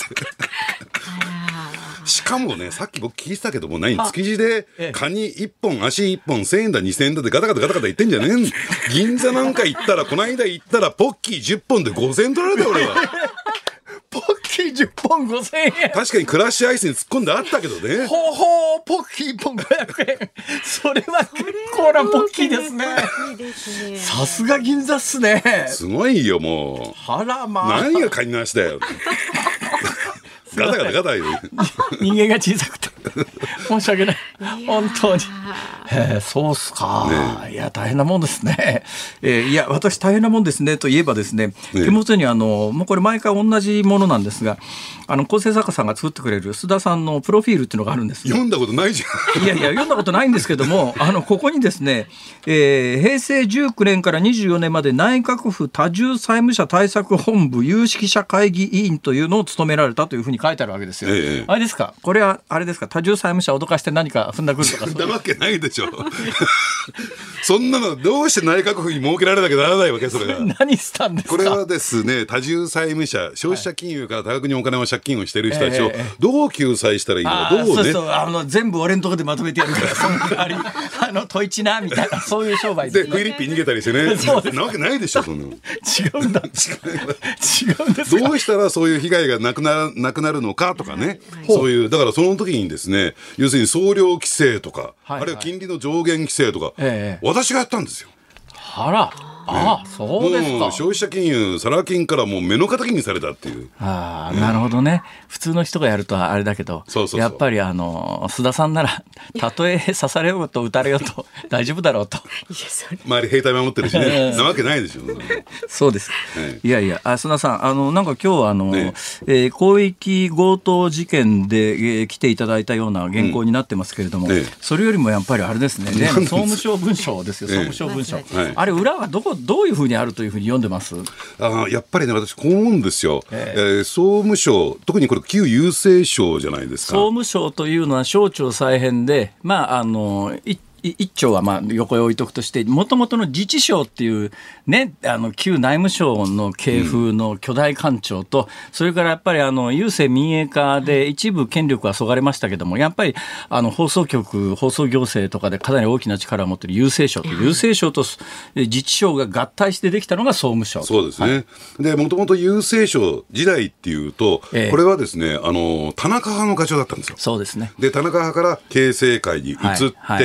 [SPEAKER 3] ーしかもねさっき僕聞いてたけども築地でカニ1本足1本1000円だ2000円だってガタガタ言ってんじゃねえん銀座なんか行ったらこの間行ったらポッキー10本で5000円取られたよ俺は
[SPEAKER 1] ポッキー10本5000円。
[SPEAKER 3] 確かにクラッシュアイスに突っ込んであったけどね。
[SPEAKER 1] ほうほうポッキー1本500円。それは結構なポッキーですね。さすが銀座っすね。
[SPEAKER 3] すごいよもう。
[SPEAKER 1] あらまあ。
[SPEAKER 3] 何がカニの足だよ。ガタガタ
[SPEAKER 1] 人間が小さくて申し訳ない本当に。そうっすか、いや大変なもんですね。いや私大変なもんですねといえばですね、手元にもうこれ毎回同じものなんですが構成作家さんが作ってくれる須田さんのプロフィールっていうのがあるんですよ。
[SPEAKER 3] 読んだことないじゃん。
[SPEAKER 1] いや読んだことないんですけどもここにですね、平成19年から24年まで内閣府多重債務者対策本部有識者会議委員というのを務められたというふうに書いてあるわけですよ。あれですかこれはあれですか多重債務者を脅かして何か踏んだくるとか。
[SPEAKER 3] そんなわけないでしょそんなのどうして内閣府に設けられなきゃならないわけそれが。
[SPEAKER 1] 何したんですか。
[SPEAKER 3] これはですね多重債務者消費者金融から多額にお金を借金をしている人たちをどう救済したらいいのか、どうね
[SPEAKER 1] そう全部俺のとこでまとめてやるからその代わり問いちなみたいなそういう商売
[SPEAKER 3] でクイリッピー逃げたりしてねなわけないでしょそんなの。違
[SPEAKER 1] うんだ違うんですか。
[SPEAKER 3] どうしたらそういう被害がなくなるのかとかね、そういうだからその時にですね要するに総量規制とか、あるいは金利の上限規制とか、私がやったんですよ。
[SPEAKER 1] あらそうですか。
[SPEAKER 3] 消費者金融サラ金からもう目の敵にされたっていう。
[SPEAKER 1] なるほどね。普通の人がやるとあれだけどやっぱり須田さんならたとえ刺されようと撃たれようと大丈夫だろうと
[SPEAKER 3] 周り兵隊守ってるしねなわけないでしょ
[SPEAKER 1] そうです、いや須田さんなんか今日広域強盗事件で、来ていただいたような原稿になってますけれども、それよりもやっぱりあれですね例の総務省文書ですよ、総務省文書、あれ裏はどういうふうにあるというふうに読んでます？
[SPEAKER 3] やっぱりね私こう思うんですよ、総務省特にこれ旧郵政省じゃないですか。
[SPEAKER 1] 総務省というのは省庁再編で一丁は横へ置いとくとしてもともとの自治省っていうね旧内務省の系風の巨大官庁と、それからやっぱり郵政民営化で一部権力はそがれましたけどもやっぱり放送局放送行政とかでかなり大きな力を持っている郵政省と郵政省と自治省が合体してできたのが総務省。
[SPEAKER 3] そうですね、でもともと郵政省時代っていうと、これはですね田中派の課長だったんですよ。
[SPEAKER 1] そうですね。
[SPEAKER 3] で田中派から経政会に移って、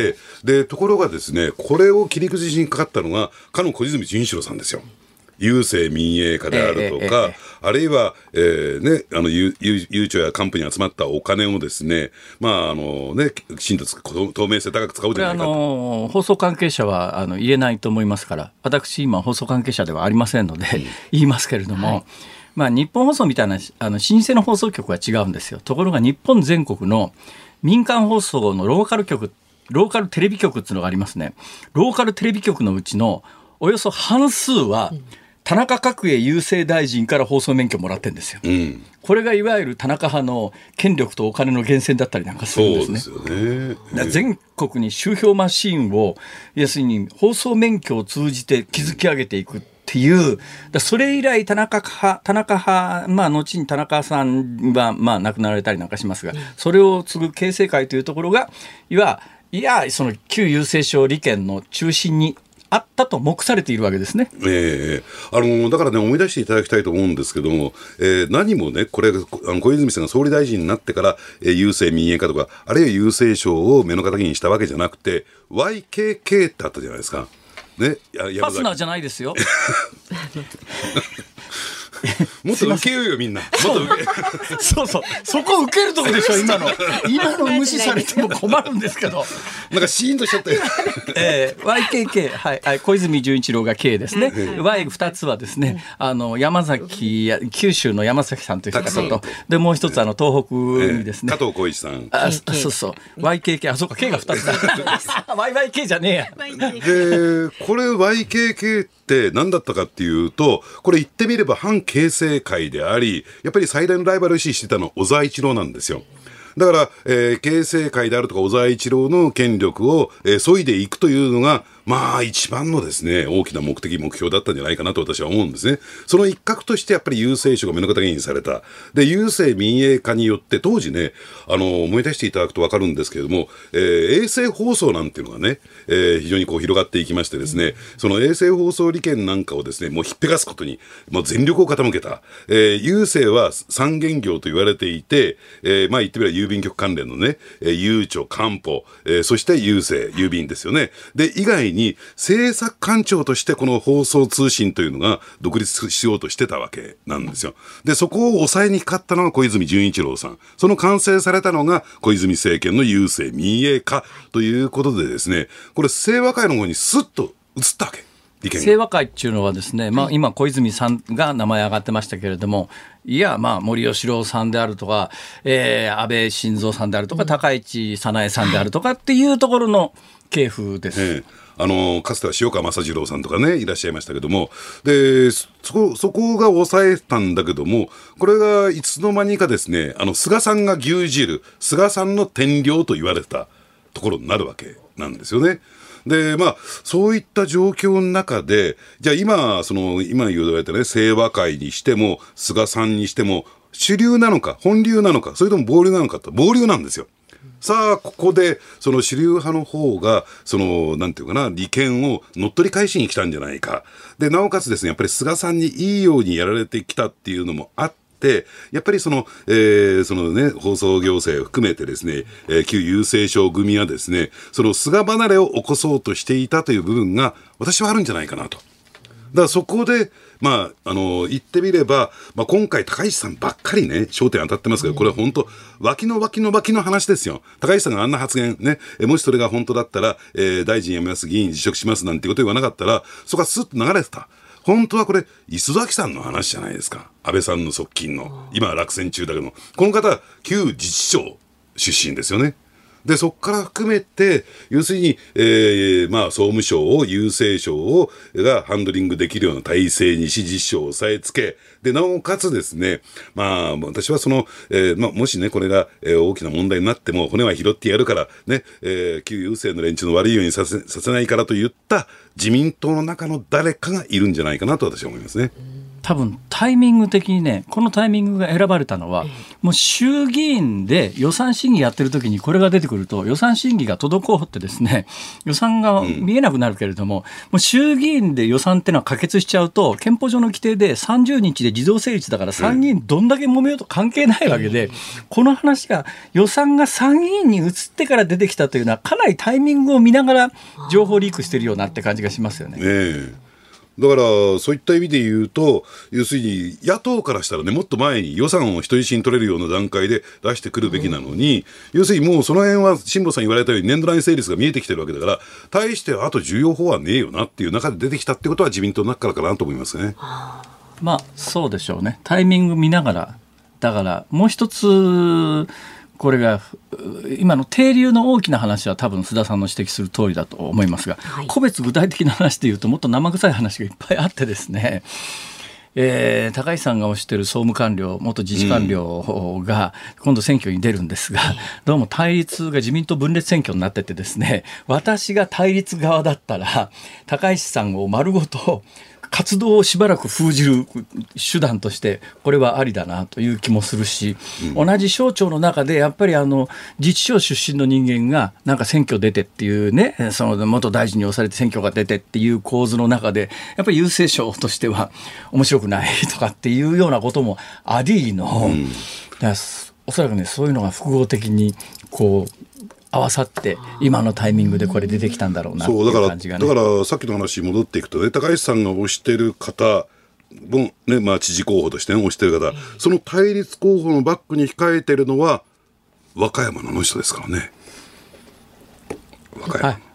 [SPEAKER 3] でところがですねこれを切り崩しにかかったのがかの小泉純一郎さんですよ。郵政民営化であるとか、あるいは、郵庁や官府に集まったお金をですねきちんと透明性高く使うじゃないかと。
[SPEAKER 1] 放送関係者は言えないと思いますから私今放送関係者ではありませんので、言いますけれども、日本放送みたいな老舗の放送局は違うんですよ。ところが日本全国の民間放送のローカルテレビ局っていうのがありますね。ローカルテレビ局のうちのおよそ半数は田中角栄郵政大臣から放送免許もらってるんですよ、これがいわゆる田中派の権力とお金の源泉だったりなんかするんですね。
[SPEAKER 3] そうですよね、
[SPEAKER 1] 全国に集票マシンを要するに放送免許を通じて築き上げていくっていうそれ以来田中派、後に田中さんは亡くなられたりなんかしますが、それを継ぐ経政会というところがいやその旧郵政省利権の中心にあったと目されているわけですね。
[SPEAKER 3] だからね思い出していただきたいと思うんですけども、何もねこれ小泉さんが総理大臣になってから、郵政民営化とかあるいは郵政省を目の敵にしたわけじゃなくて YKK ってあったじゃないですか、ね、
[SPEAKER 1] ファスナーじゃないですよ
[SPEAKER 3] もっと受けようよみんな。
[SPEAKER 1] そうそこ受けるとこでしょ今の無視されても困るんですけど
[SPEAKER 3] なんかシーンとしちゃったよ
[SPEAKER 1] YKK、小泉純一郎が K ですね、Y2 つはですね山崎九州の山崎さんという方とでもう一つ東北にですね、
[SPEAKER 3] 加藤浩一さん
[SPEAKER 1] そう YKK そうか K が2つだYYK じゃねえや
[SPEAKER 3] でこれ YKK って何だったかっていうとこれ言ってみれば反形成成会であり、やっぱり最大のライバル視してたのは小沢一郎なんですよ。だから、経成会であるとか小沢一郎の権力を、削いでいくというのが、まあ一番のですね、大きな目的目標だったんじゃないかなと私は思うんですね。その一角としてやっぱり郵政省が目の敵にされた。で、郵政民営化によって当時ね、思い出していただくと分かるんですけれども、衛星放送なんていうのがね、非常にこう広がっていきましてですね、その衛星放送利権なんかをですね、もうひっぺがすことにもう全力を傾けた。郵政は三元業と言われていて、まあ言ってみれば郵便局関連のね、郵庁、官報、そして郵政、郵便ですよね。で、以外に政策官庁としてこの放送通信というのが独立しようとしてたわけなんですよ。で、そこを抑えにかかったのが小泉純一郎さん。その完成されたのが小泉政権の郵政民営化ということでですね、これ清和会の方にスッと移ったわけ。
[SPEAKER 1] 清和会っていうのはですね、まあ、今小泉さんが名前上がってましたけれども、いや、まあ森喜朗さんであるとか、安倍晋三さんであるとか、高市早苗さんであるとかっていうところの系譜です。
[SPEAKER 3] かつては塩川正次郎さんとかねいらっしゃいましたけども、でそこが抑えたんだけども、これがいつの間にかですね、菅さんが牛耳る菅さんの天領と言われたところになるわけなんですよね。で、まあ、そういった状況の中で、じゃあ今言われたね、清和会にしても、菅さんにしても、主流なのか、本流なのか、それとも暴流なのかと、暴流なんですよ。さあ、ここで、その主流派の方が、なんていうかな、利権を乗っ取り返しに来たんじゃないか。で、なおかつですね、やっぱり菅さんにいいようにやられてきたっていうのもあって、やっぱり放送行政を含めてですね、旧郵政省組はですね、その菅離れを起こそうとしていたという部分が私はあるんじゃないかなと。だからそこで、まあ、言ってみれば、まあ、今回高市さんばっかりね、焦点当たってますけど、これは本当、脇の話ですよ。高市さんがあんな発言ね、もしそれが本当だったら、大臣辞めます、議員辞職しますなんてこと言わなかったら、そこはスッと流れてた。本当はこれ、磯崎さんの話じゃないですか。安倍さんの側近の、今は落選中だけど、この方は旧自治省出身ですよね。で、そこから含めて、要するに、まあ、総務省を、郵政省がハンドリングできるような体制にし、実証を押さえつけ、で、なおかつですね、まあ、私はまあ、もしね、これが、大きな問題になっても、骨は拾ってやるから、ね、旧郵政の連中の悪いようにさせないからといった自民党の中の誰かがいるんじゃないかなと私は思いますね。
[SPEAKER 1] 多分タイミング的にね、このタイミングが選ばれたのは、もう衆議院で予算審議やってる時にこれが出てくると、予算審議が滞ってですね、予算が見えなくなるけれども、もう衆議院で予算ってのは可決しちゃうと、憲法上の規定で30日で自動成立だから、参議院どんだけ揉めようと関係ないわけで、この話が予算が参議院に移ってから出てきたというのは、かなりタイミングを見ながら情報リークしてるようなって感じがしますよね。
[SPEAKER 3] だからそういった意味で言うと、要するに野党からしたらね、もっと前に予算を人質に取れるような段階で出してくるべきなのに、要するにもうその辺は辛坊さん言われたように年度内成立が見えてきてるわけだから、対してはあと重要法はねえよなっていう中で出てきたってことは自民党の中からかなと思いますね。
[SPEAKER 1] まあそうでしょうね。タイミング見ながら、だからもう一つ、これが今の定流の大きな話は多分須田さんの指摘する通りだと思いますが、個別具体的な話でいうともっと生臭い話がいっぱいあってですね、高市さんが推している総務官僚、元自治官僚が今度選挙に出るんですが、どうも対立が自民党分裂選挙になっててですね、私が対立側だったら高市さんを丸ごと活動をしばらく封じる手段としてこれはありだなという気もするし、同じ省庁の中でやっぱり自治省出身の人間がなんか選挙出てっていうね、その元大臣に押されて選挙が出てっていう構図の中で、やっぱり郵政省としては面白くないとかっていうようなこともありの、だからおそらくね、そういうのが複合的にこう合わさって今のタイミングでこれ出てきたんだろうなっていう感じがね。
[SPEAKER 3] だからさっきの話に戻っていくとね、高市さんが推してる方もね、まあ知事候補として、ね、推してる方、その対立候補のバックに控えてるのは和歌山の人ですからね。和歌山。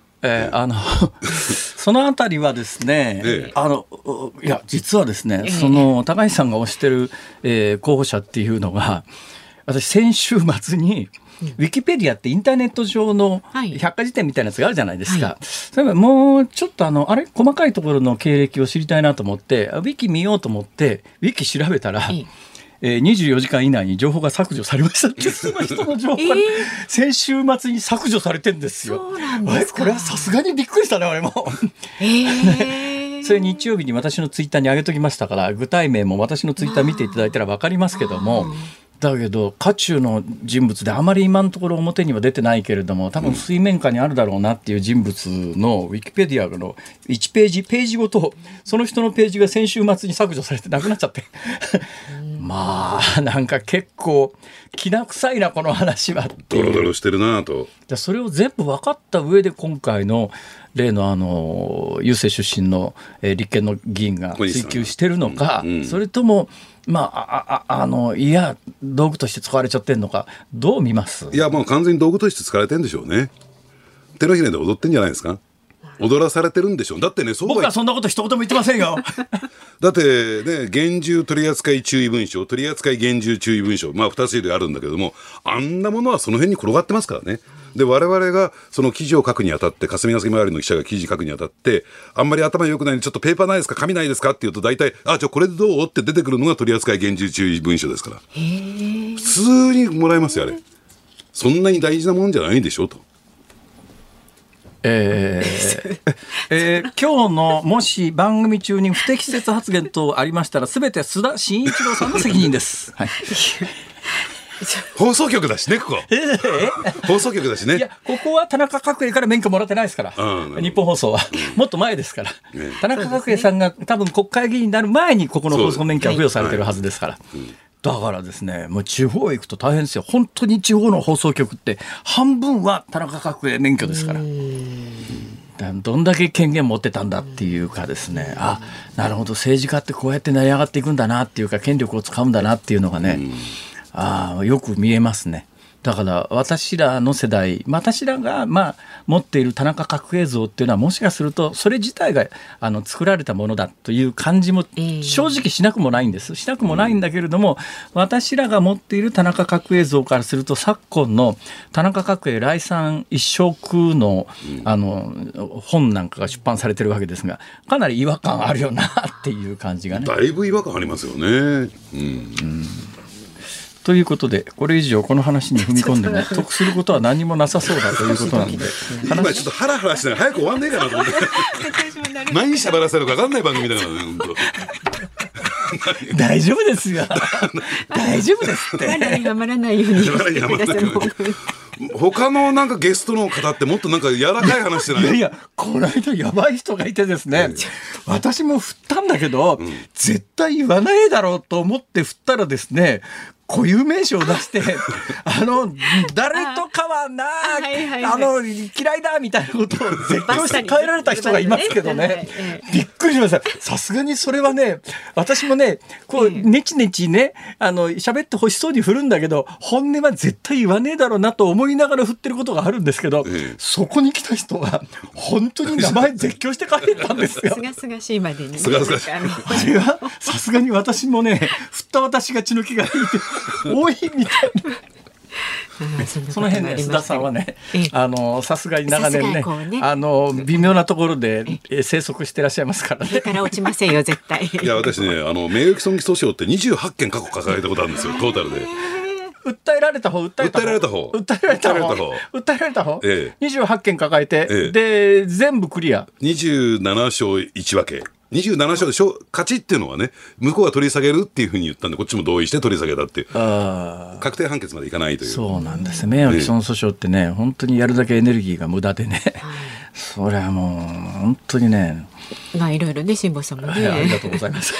[SPEAKER 1] そのあたりはですね、いや実はですね、その高市さんが推してる、候補者っていうのが私先週末にウィキペディアってインターネット上の百科事典みたいなやつがあるじゃないですか、それもうちょっと細かいところの経歴を知りたいなと思ってウィキ見ようと思ってウィキ調べたら、24時間以内に情報が削除されましたって、その人の情報が先週末に削除されてるんですよ。
[SPEAKER 2] そうなんですか。
[SPEAKER 1] これはさすがにびっくりしたね俺も。それ日曜日に私のツイッターに上げときましたから、具体名も私のツイッター見ていただいたら分かりますけども、だけど渦中の人物であまり今のところ表には出てないけれども、多分水面下にあるだろうなっていう人物のウィキペディアの1ページごとその人のページが先週末に削除されてなくなっちゃってまあなんか結構きな臭いなこの話はっていう、
[SPEAKER 3] ドロドロしてるなと。
[SPEAKER 1] それを全部分かった上で今回の例の郵政出身の立憲の議員が追及してるのか、それともいや道具として使われちゃってるのか、どう見ます？
[SPEAKER 3] いやもう完全に道具として使われてるんでしょうね。手のひらで踊ってんじゃないですか。踊らされてるんでしょう。だってね、
[SPEAKER 1] 僕はそんなこと一言も言ってませんよ
[SPEAKER 3] だってね、厳重取扱注意文書、取扱厳重注意文書、2種類あるんだけども、あんなものはその辺に転がってますからね。で我々がその記事を書くにあたって、霞が関周りの記者が記事書くにあたって、あんまり頭良くないのにちょっとペーパーないですか、紙ないですかって言うと、大体じゃあこれでどうって出てくるのが取扱厳重注意文書ですから、普通にもらえますよあれ。そんなに大事なもんじゃないんでしょと。
[SPEAKER 1] 今日のもし番組中に不適切発言等ありましたら、すべて須田慎一郎さんの責任です、はい、
[SPEAKER 3] 放送局だしねここ、放送局だしね。
[SPEAKER 1] いやここは田中角栄から免許もらってないですから、日本放送はもっと前ですから、田中角栄さんが多分国会議員になる前にここの放送免許は付与されてるはずですから、だからですね、もう地方へ行くと大変ですよ。本当に地方の放送局って半分は田中角栄免許ですから、どんだけ権限持ってたんだっていうかですね、なるほど政治家ってこうやって成り上がっていくんだなっていうか、権力を使うんだなっていうのがね、よく見えますね。だから私らの世代、私らが持っている田中角栄像っていうのは、もしかするとそれ自体が作られたものだという感じも正直しなくもないんです。しなくもないんだけれども、私らが持っている田中角栄像からすると、昨今の田中角栄来賛一色の本なんかが出版されてるわけですが、かなり違和感あるよなっていう感じがね。
[SPEAKER 3] だいぶ違和感ありますよね。
[SPEAKER 1] ということで、これ以上この話に踏み込んでも得することは何もなさそうだということなので、
[SPEAKER 3] 今ちょっとハラハラしてない、早く終わんねえかなと思って何喋らせるか分かんない番組だからね本当
[SPEAKER 1] 大丈夫ですよ大丈夫ですって
[SPEAKER 2] やまらないようにしてください。
[SPEAKER 3] 他のなんかゲストの方ってもっとなんか柔らかい話してない？
[SPEAKER 1] いやこの間やばい人がいてですね、私も振ったんだけど、絶対言わないだろうと思って振ったらですね、固有名詞を出して誰とかはな嫌いだみたいなことを絶叫して帰られた人がいますけどね、びっくりしました。さすがにそれはね、私もねこうネチネチね喋ってほしそうに振るんだけど、本音は絶対言わねえだろうなと思いながら振ってることがあるんですけど、そこに来た人は本当に名前絶叫して帰ったんですよ。
[SPEAKER 2] すがすがしいまでにね。
[SPEAKER 3] すがすがしい。
[SPEAKER 1] あれはさすがに私もね、振った私が血抜きがいいって多いみたいなその辺ね、須田さんはね、さすがに長年ね、微妙なところで生息してらっしゃいますからね。
[SPEAKER 2] だから落ちませんよ絶対。
[SPEAKER 3] いや私ね、名誉毀損訴訟って28件過去抱えたことあるんですよ、トータルで。
[SPEAKER 1] 訴えられた方28件抱えて、で全部クリア
[SPEAKER 3] 27勝1分け27勝で勝ちっていうのはね、向こうが取り下げるっていうふうに言ったんで、こっちも同意して取り下げたっていう、確定判決までいかないという。
[SPEAKER 1] そうなんです。名誉毀損訴訟ってね、本当にやるだけエネルギーが無駄でね、それはもう本当にね、
[SPEAKER 2] いろいろね、辛坊さんもね、
[SPEAKER 1] ありがとうございます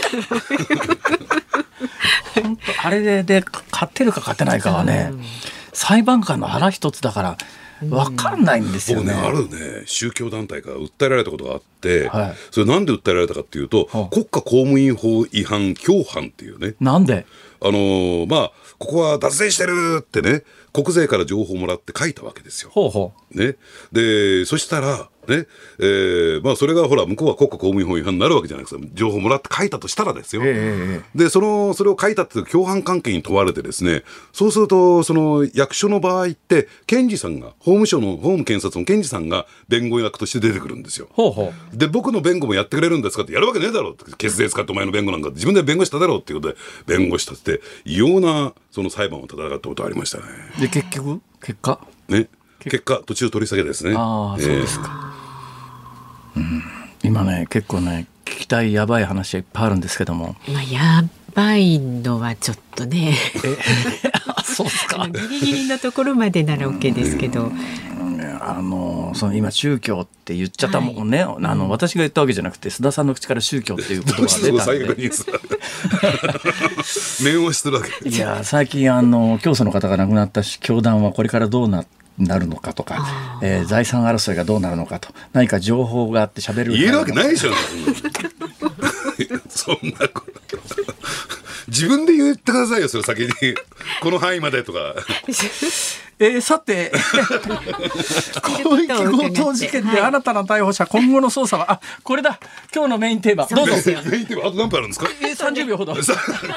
[SPEAKER 1] 本当あれで勝てるか勝てないかはね、裁判官の腹一つだから分かんないんですよね。
[SPEAKER 3] 僕ね、あるね宗教団体から訴えられたことがあって、それなんで訴えられたかっていうと、国家公務員法違反共犯っていうね。
[SPEAKER 1] なんで
[SPEAKER 3] ここは脱税してるってね、国税から情報をもらって書いたわけですよ。ね、でそしたらねそれがほら向こうは国家公務員法違反になるわけじゃないですか。情報もらって書いたとしたらですよ、でそれを書いたっていう共犯関係に問われてですね、そうするとその役所の場合って検事さんが法務検察の検事さんが弁護役として出てくるんですよ。で僕の弁護もやってくれるんですかって、やるわけねえだろって、決税使ってお前の弁護なんか自分で弁護しただろうっていうことで弁護したって異様なその裁判を戦ったことありましたね。
[SPEAKER 1] で結果
[SPEAKER 3] 途中取り下げですね。
[SPEAKER 1] そうですか。今ね結構ね聞きたいやばい話はいっぱいあるんですけども、
[SPEAKER 2] やばいのはちょっとね
[SPEAKER 1] そうですか。
[SPEAKER 2] ギリギリのところまでなら OK ですけど、
[SPEAKER 1] その今宗教って言っちゃったもんね、私が言ったわけじゃなくて須田さんの口から宗教っていう言葉が出たんで
[SPEAKER 3] 念をしてるわけ。
[SPEAKER 1] いや最近教祖の方が亡くなったし、教団はこれからどうなるのかとか、財産争いがどうなるのかと、何か情報があって喋る
[SPEAKER 3] 言えるわけないでしょそんなこと自分で言ってくださいよ、それ先にこの範囲までとか
[SPEAKER 1] さて広域強盗事件で新たな逮捕者、今後の捜査はこれだ今日のメインテーマ、どうぞ。
[SPEAKER 3] メインテーマあと何分あるんですか
[SPEAKER 1] ？30秒ほど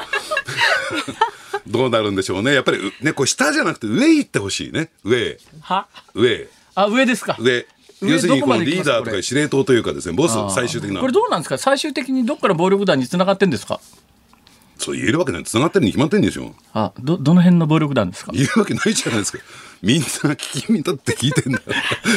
[SPEAKER 3] どうなるんでしょうね。やっぱりね、これ下じゃなくて上行ってほしいね。上ですか。要するにこのリーダーとか司令塔というかですね、ボス最終的な。
[SPEAKER 1] これどうなんですか？最終的にどっから暴力団に繋がってんですか？
[SPEAKER 3] そう言えるわけない。繋がってるに決まってるんでしょ。
[SPEAKER 1] どの辺の暴力団ですか？
[SPEAKER 3] 言えるわけないじゃないですか。みんな聞き耳立って聞いてんだよ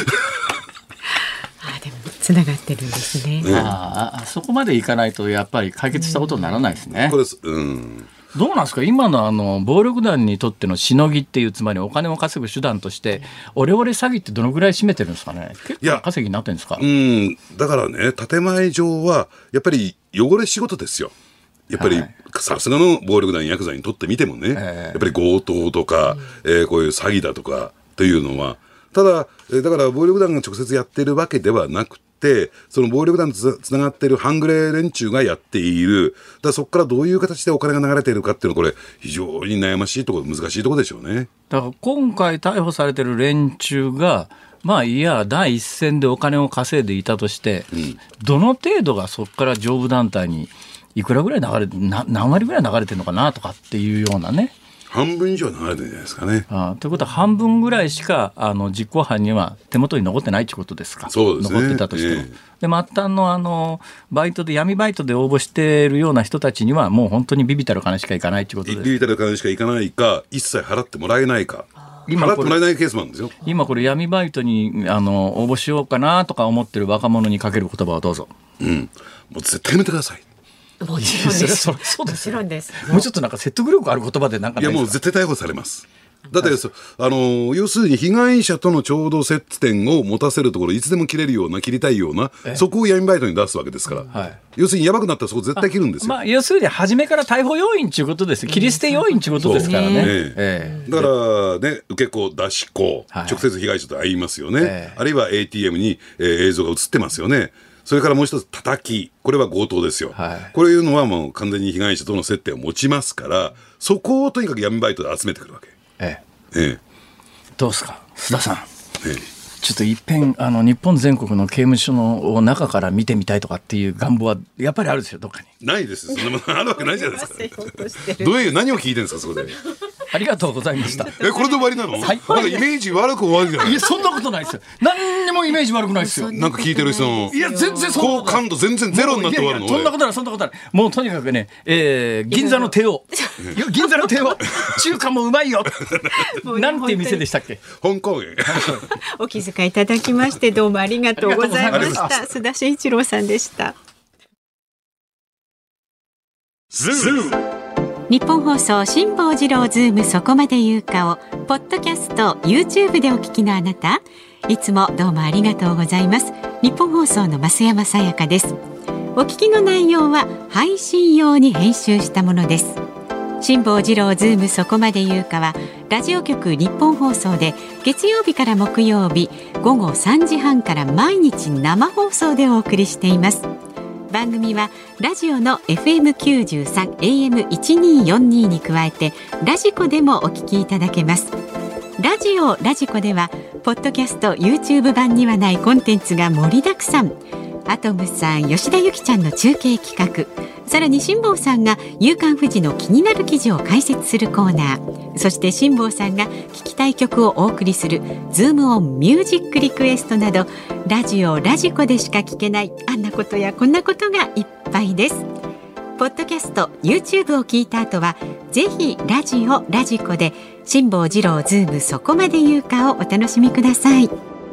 [SPEAKER 2] でも繋がってるんですね。
[SPEAKER 1] そこまでいかないとやっぱり解決したことにならないですね。
[SPEAKER 3] これ
[SPEAKER 1] どうなんですか？今の暴力団にとってのしのぎっていう、つまりお金を稼ぐ手段としてオレオレ詐欺ってどのぐらい占めてるんですかね？結構稼ぎになってるんですか？
[SPEAKER 3] だからね、建前上はやっぱり汚れ仕事ですよ。やっぱりさすがの暴力団ヤクザにとってみてもね、やっぱり強盗とか、こういう詐欺だとかというのは、ただだから暴力団が直接やってるわけではなくて、その暴力団とつながっている半グレ連中がやっている。だからそこからどういう形でお金が流れているかっていうのは、これ非常に悩ましいところ、難しいところでしょうね。
[SPEAKER 1] だから今回逮捕されている連中が第一線でお金を稼いでいたとして、どの程度がそこから上部団体にいくらぐらい何割ぐらい流れてるのかなとかっていうようなね。
[SPEAKER 3] 半分以上流れてるんじゃないですかね。
[SPEAKER 1] ということは半分ぐらいしか実行犯には手元に残ってないということですか？
[SPEAKER 3] そうですね。
[SPEAKER 1] 残ってたとしても、で末端のバイトで闇バイトで応募しているような人たちにはもう本当にビビたる金しかいかないということです。
[SPEAKER 3] ビビたる金しかいかないか、一切払ってもらえないか。払ってもらえないケースもあるんですよ。
[SPEAKER 1] 今これ闇バイトに応募しようかなとか思ってる若者にかける言葉をどうぞ。
[SPEAKER 3] もう絶対やめてください。
[SPEAKER 2] もちろんです。
[SPEAKER 1] そうです。
[SPEAKER 2] もちろんです。
[SPEAKER 1] もうちょっとなんか説得力ある言葉でなんかないですか？
[SPEAKER 3] いやもう絶対逮捕されます。だって要するに被害者とのちょうど接点を持たせるところ、いつでも切れるような、切りたいような、そこを闇バイトに出すわけですから、要するにやばくなったらそこ絶対切るんですよ。
[SPEAKER 1] 要するに初めから逮捕要因ということです。切り捨て要因ということですからね。
[SPEAKER 3] だからね、受け子出し子、直接被害者と会いますよね。あるいは ATM に映像が映ってますよね。それからもう一つ叩き、これは強盗ですよ。これいうのはもう完全に被害者との接点を持ちますから、そこをとにかく闇バイトで集めてくるわけ。
[SPEAKER 1] どうですか須田さん、ちょっと一遍日本全国の刑務所の中から見てみたいとかっていう願望はやっぱりあるんですよ、どっかに。
[SPEAKER 3] ないです。そんなものあるわけないじゃないですか何を聞いてるんですかそこで。
[SPEAKER 1] ありがとうございました。
[SPEAKER 3] これで終わりなの？なんかイメージ悪く終わりじゃない？
[SPEAKER 1] いやそんなことないですよ。何にもイメージ悪くないですよ。
[SPEAKER 3] なんか聞いてる人の
[SPEAKER 1] いや全然
[SPEAKER 3] 好感度全然ゼロになって終わるの。
[SPEAKER 1] そんなことないそんなことない。もうとにかくね、銀座の帝王銀座の帝王中華もうまいよなんていう店でしたっけ？
[SPEAKER 3] 香港へ
[SPEAKER 2] お気遣いいただきましてどうもありがとうございました。須田慎一郎さんでした。日本放送辛坊治郎ズームそこまで言うかをポッドキャスト YouTube でお聞きのあなた、いつもどうもありがとうございます。日本放送の増山さやかです。お聞きの内容は配信用に編集したものです。辛坊治郎ズームそこまで言うかはラジオ局日本放送で月曜日から木曜日午後3時半から毎日生放送でお送りしています。番組はラジオの FM93 AM1242 に加えてラジコでもお聞きいただけます。 ラジオラジコではポッドキャスト YouTube 版にはないコンテンツが盛りだくさん。アトムさん、吉田ゆきちゃんの中継企画、さらに辛坊さんが夕刊フジの気になる記事を解説するコーナー、そして辛坊さんが聞きたい曲をお送りするズームオンミュージックリクエストなど、ラジオラジコでしか聞けないあんなことやこんなことがいっぱいです。ポッドキャスト YouTube を聞いた後はぜひラジオラジコで辛坊治郎ズームそこまで言うかをお楽しみください。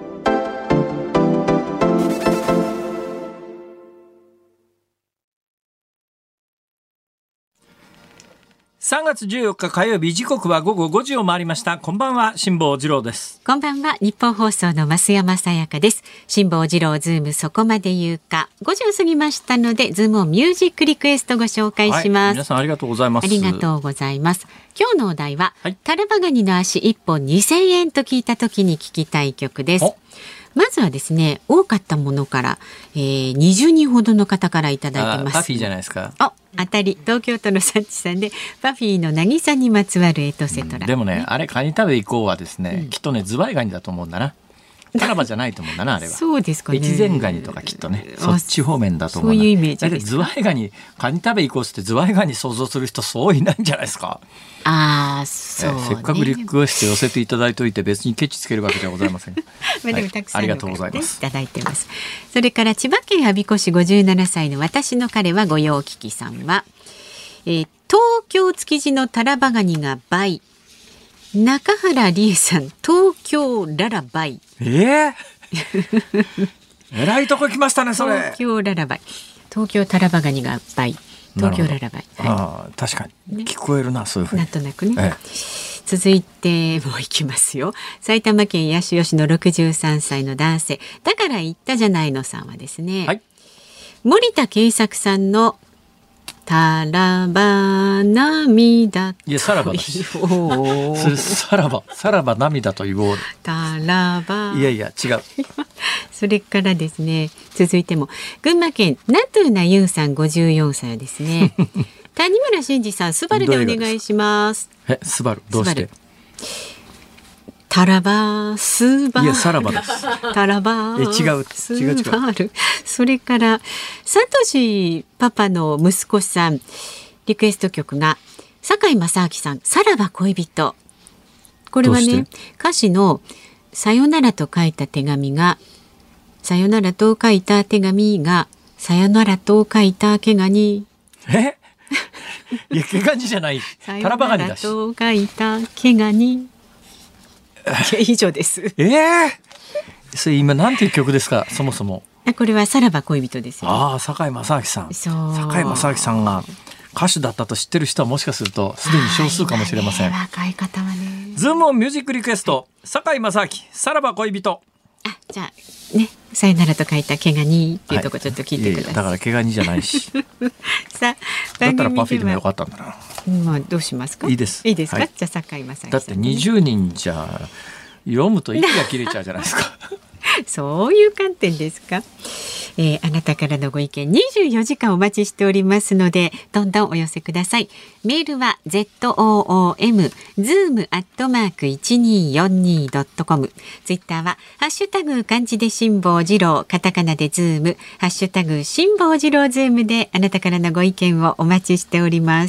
[SPEAKER 1] 3月14日火曜日、時刻は午後5時を回りました。こんばんは、辛坊治郎です。
[SPEAKER 2] こんばんは、日本放送の増山さやかです。辛坊治郎ズームそこまで言うか、5時を過ぎましたのでズームをミュージックリクエストご紹介します。
[SPEAKER 1] 皆さんありがとうございます。
[SPEAKER 2] ありがとうございます。今日のお題は、タラバガニの足1本2000円と聞いた時に聞きたい曲です。まずはですね、多かったものから、20人ほどの方からいただいてます。
[SPEAKER 1] パフィーじゃないですか。
[SPEAKER 2] 当たり、東京都のサッチさんでパフィーの渚にまつわるエトセトラ、
[SPEAKER 1] でもね、あれカニ食べ行こうはですね、きっとねズワイガニだと思うんだな。タラバじゃないと思うんだな、あれは。
[SPEAKER 2] そうですかね。
[SPEAKER 1] 越前ガニとかきっとね、そっち方面だと思うな。
[SPEAKER 2] そういうイメージですか。
[SPEAKER 1] ズワイガニ、カニ食べ行こうってズワイガニ想像する人そういないんじゃないですか。
[SPEAKER 2] そうね、
[SPEAKER 1] せっかくリクエスト寄せていただいておいて別にケチつけるわけではございません。
[SPEAKER 2] でもたくさん
[SPEAKER 1] ありがとうございます。
[SPEAKER 2] いただいてます。それから千葉県我孫子市57歳の私の彼は御用聞きさんは、東京築地のタラバガニが倍、中原理恵さん東京ララバイ。
[SPEAKER 1] えらいとこ来ましたね、それ。
[SPEAKER 2] 東京ララバイ、東京タラバガニが倍、東京ララバイ、
[SPEAKER 1] 確かに聞こえるな、そういうふうに
[SPEAKER 2] なんとなくね、続いてもういきますよ。埼玉県八潮市の63歳の男性、だから言ったじゃないのさんはですね、森田圭作さんのタラバ涙、
[SPEAKER 1] いやさらばだしさらば涙と言おう。
[SPEAKER 2] タラバ、
[SPEAKER 1] いや違う
[SPEAKER 2] それからですね、続いても群馬県ナトゥーナユンさん54歳ですね。谷村新司さん、スバルでお願いします。
[SPEAKER 1] スバルどうして？
[SPEAKER 2] タラバスバル、
[SPEAKER 1] いやさらばです。
[SPEAKER 2] タラバ
[SPEAKER 1] 違う。
[SPEAKER 2] それからサトシパパの息子さん、リクエスト曲が堺正明さん、さらば恋人。これはね、歌詞のさよならと書いた手紙が、さよならと書いた手紙が、さよならと書いた毛ガニ。
[SPEAKER 1] いや毛ガニじゃない。タラバガニだし。
[SPEAKER 2] さよならと書いた毛ガニ。以上です。
[SPEAKER 1] それ今なんていう曲ですか、そもそも。
[SPEAKER 2] これはさらば恋人ですよ。
[SPEAKER 1] 堺正明さん。堺正明さんが歌手だったと知ってる人はもしかするとすでに少数かもしれません。
[SPEAKER 2] 若い方はね。
[SPEAKER 1] ズームオンミュージックリクエスト、堺正明、さらば恋人。
[SPEAKER 2] じゃあね、さよならと書いた毛ガニっていうとこちょっと聞いてください。
[SPEAKER 1] だから毛ガニじゃないし。
[SPEAKER 2] さあ、
[SPEAKER 1] だったらパフィーでもよかったんだな。
[SPEAKER 2] どうしますか。
[SPEAKER 1] いいですか。
[SPEAKER 2] じゃあ堺正明さん、
[SPEAKER 1] だって20人じゃ読むと息が切れちゃうじゃないですか。
[SPEAKER 2] そういう観点ですか。あなたからのご意見24時間お待ちしておりますので、どんどんお寄せください。メールは zoom@1242.com、 ツイッターはハッシュタグ漢字で辛坊治郎、カタカナでズーム、ハッシュタグ辛坊治郎ズームであなたからのご意見をお待ちしております。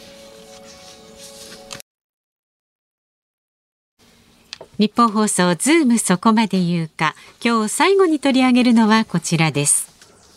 [SPEAKER 2] 日本放送ズームそこまで言うか、今日最後に取り上げるのはこちらです。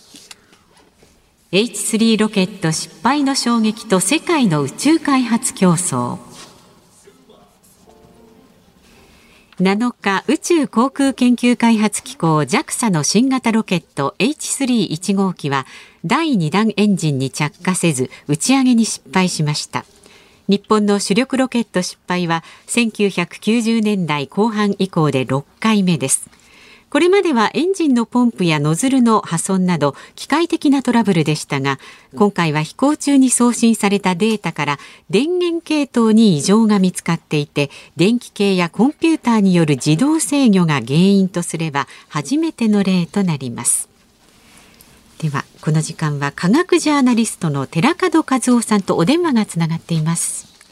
[SPEAKER 2] H3 ロケット失敗の衝撃と世界の宇宙開発競争。7日、宇宙航空研究開発機構 JAXA の新型ロケット H3-1 号機は第2段エンジンに着火せず打ち上げに失敗しました。日本の主力ロケット失敗は1990年代後半以降で6回目です。これまではエンジンのポンプやノズルの破損など機械的なトラブルでしたが、今回は飛行中に送信されたデータから電源系統に異常が見つかっていて、電気系やコンピューターによる自動制御が原因とすれば初めての例となります。ではこの時間は科学ジャーナリストの寺門和夫さんとお電話がつながっています。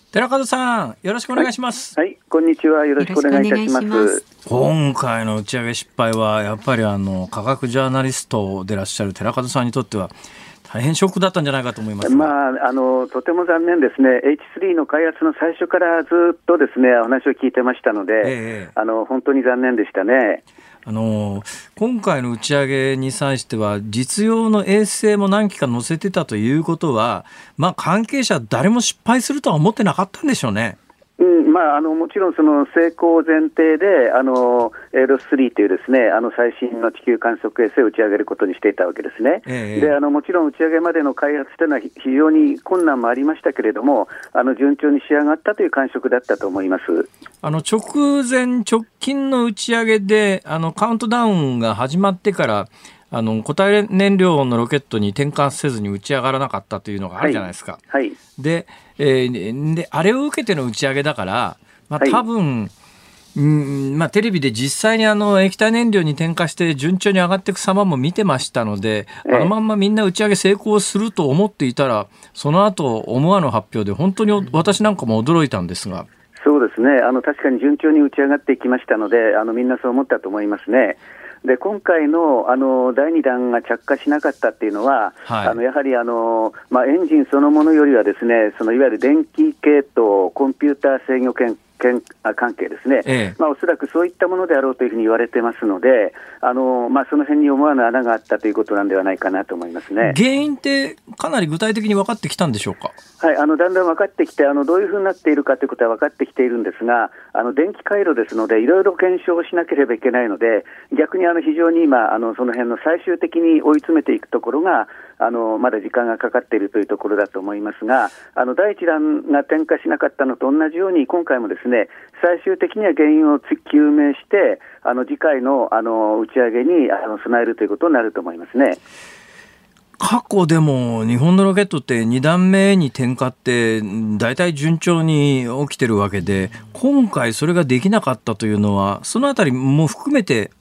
[SPEAKER 1] 寺門さん、よろしくお願いします。
[SPEAKER 4] はい、こんにちは。よろしくお願いいたします。
[SPEAKER 1] 今回の打ち上げ失敗はやっぱり科学ジャーナリストでいらっしゃる寺門さんにとっては大変ショックだったんじゃないかと思います。
[SPEAKER 4] とても残念ですね。H3 の開発の最初からずっとですね、お話を聞いてましたので、本当に残念でしたね。
[SPEAKER 1] 今回の打ち上げに際しては実用の衛星も何機か載せてたということは、関係者誰も失敗するとは思ってなかったんでしょうね。
[SPEAKER 4] もちろんその成功前提でエロス3というですね、最新の地球観測衛星を打ち上げることにしていたわけですね。でもちろん打ち上げまでの開発というのは非常に困難もありましたけれども、順調に仕上がったという感触だったと思います。
[SPEAKER 1] 直近の打ち上げでカウントダウンが始まってから固体燃料のロケットに転換せずに打ち上がらなかったというのがあるじゃないですか。で、あれを受けての打ち上げだから、多分、テレビで実際に液体燃料に転化して順調に上がっていく様も見てましたので、まんまみんな打ち上げ成功すると思っていたら、その後思わぬ発表で本当に私なんかも驚いたんですが。
[SPEAKER 4] そうですね、確かに順調に打ち上がっていきましたので、みんなそう思ったと思いますね。で今回の、第2弾が着火しなかったっていうのは、やはりエンジンそのものよりはですね、いわゆる電気系統、コンピューター制御関係ですね、おそらくそういったものであろうというふうに言われてますので、その辺に思わぬ穴があったということなんではないかなと思いますね。
[SPEAKER 1] 原因ってかなり具体的に分かってきたんでしょうか。
[SPEAKER 4] はい、だんだん分かってきて、どういうふうになっているかということは分かってきているんですが、電気回路ですのでいろいろ検証しなければいけないので、逆に非常に今その辺の最終的に追い詰めていくところがまだ時間がかかっているというところだと思いますが、第一弾が点火しなかったのと同じように、今回もですね、最終的には原因を究明して次回の打ち上げに備えるということになると思いますね。
[SPEAKER 1] 過去でも日本のロケットって2段目に点火って大体順調に起きてるわけで、今回それができなかったというのはそのあたりも含めて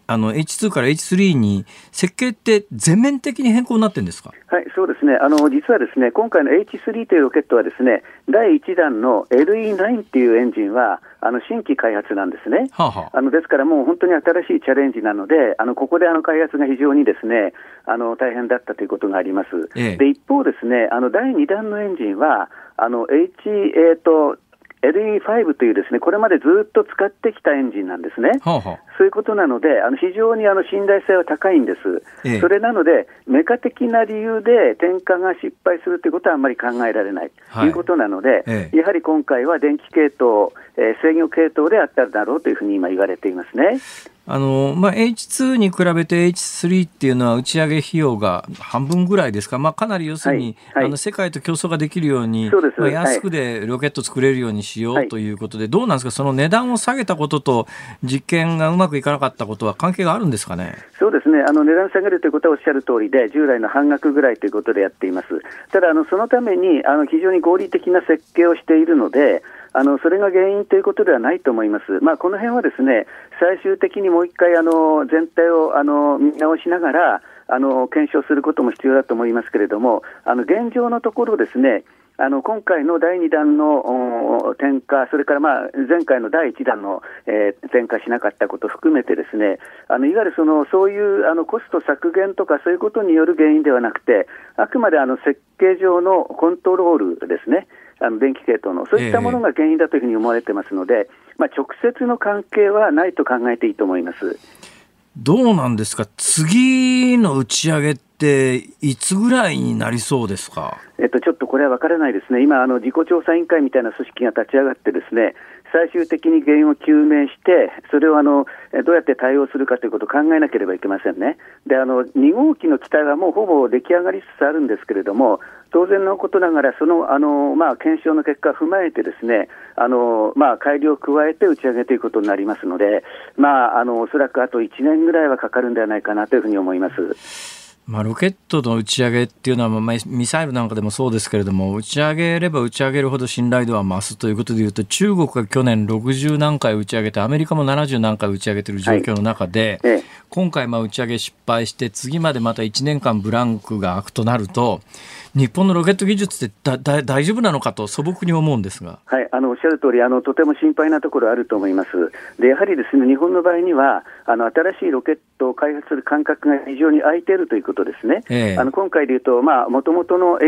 [SPEAKER 1] H2 から H3 に設計って全面的に変更になってるんですか。
[SPEAKER 4] はい、そうですね。実はですね、今回の H3 というロケットはですね、第1弾の LE9 っていうエンジンは新規開発なんですね。ですからもう本当に新しいチャレンジなので、ここで開発が非常にですね、大変だったということがあります。で一方ですね、第2弾のエンジンはLE5 というですね、これまでずっと使ってきたエンジンなんですね。そういうことなので、非常に信頼性は高いんです。それなので、メカ的な理由で点火が失敗するということはあんまり考えられないということなので、やはり今回は電気系統、制御系統であっただろうというふうに今言われていますね。
[SPEAKER 1] H2 に比べて H3 っていうのは打ち上げ費用が半分ぐらいですか。かなり要するに、世界と競争ができるように、安くでロケット作れるようにしようということで、どうなんですか、その値段を下げたことと実験がうまくいかなかったことは関係があるんですかね。
[SPEAKER 4] そうですね、値段下げるということはおっしゃる通りで、従来の半額ぐらいということでやっています。ただそのために非常に合理的な設計をしているので、それが原因ということではないと思います。この辺はですね、最終的にもう一回全体を見直しながら検証することも必要だと思いますけれども、現状のところですね、今回の第2弾の点火、それから前回の第1弾の点火しなかったことを含めてですね、いわゆるそういうコスト削減とかそういうことによる原因ではなくて、あくまで設計上のコントロールですね、電気系統のそういったものが原因だというふうに思われてますので、直接の関係はないと考えていいと思います。
[SPEAKER 1] どうなんですか、次の打ち上げっていつぐらいになりそうですか。
[SPEAKER 4] ちょっとこれは分からないですね。今事故調査委員会みたいな組織が立ち上がってですね、最終的に原因を究明して、それをどうやって対応するかということを考えなければいけませんね。で2号機の機体はもうほぼ出来上がりつつあるんですけれども、当然のことながらその検証の結果を踏まえてですね、改良を加えて打ち上げということになりますので、おそらくあと1年ぐらいはかかるんではないかなというふうに思います。
[SPEAKER 1] ロケットの打ち上げっていうのは、ミサイルなんかでもそうですけれども、打ち上げれば打ち上げるほど信頼度は増すということでいうと、中国が去年60何回打ち上げて、アメリカも70何回打ち上げている状況の中で、今回打ち上げ失敗して、次までまた1年間ブランクが空くとなると、 日本のロケット技術って大丈夫なのかと素朴に思うんですが。
[SPEAKER 4] はい、おっしゃる通り、とても心配なところあると思います。で、やはりですね、日本の場合には、新しいロケットを開発する間隔が非常に空いているということですね。今回でいうと、もともとの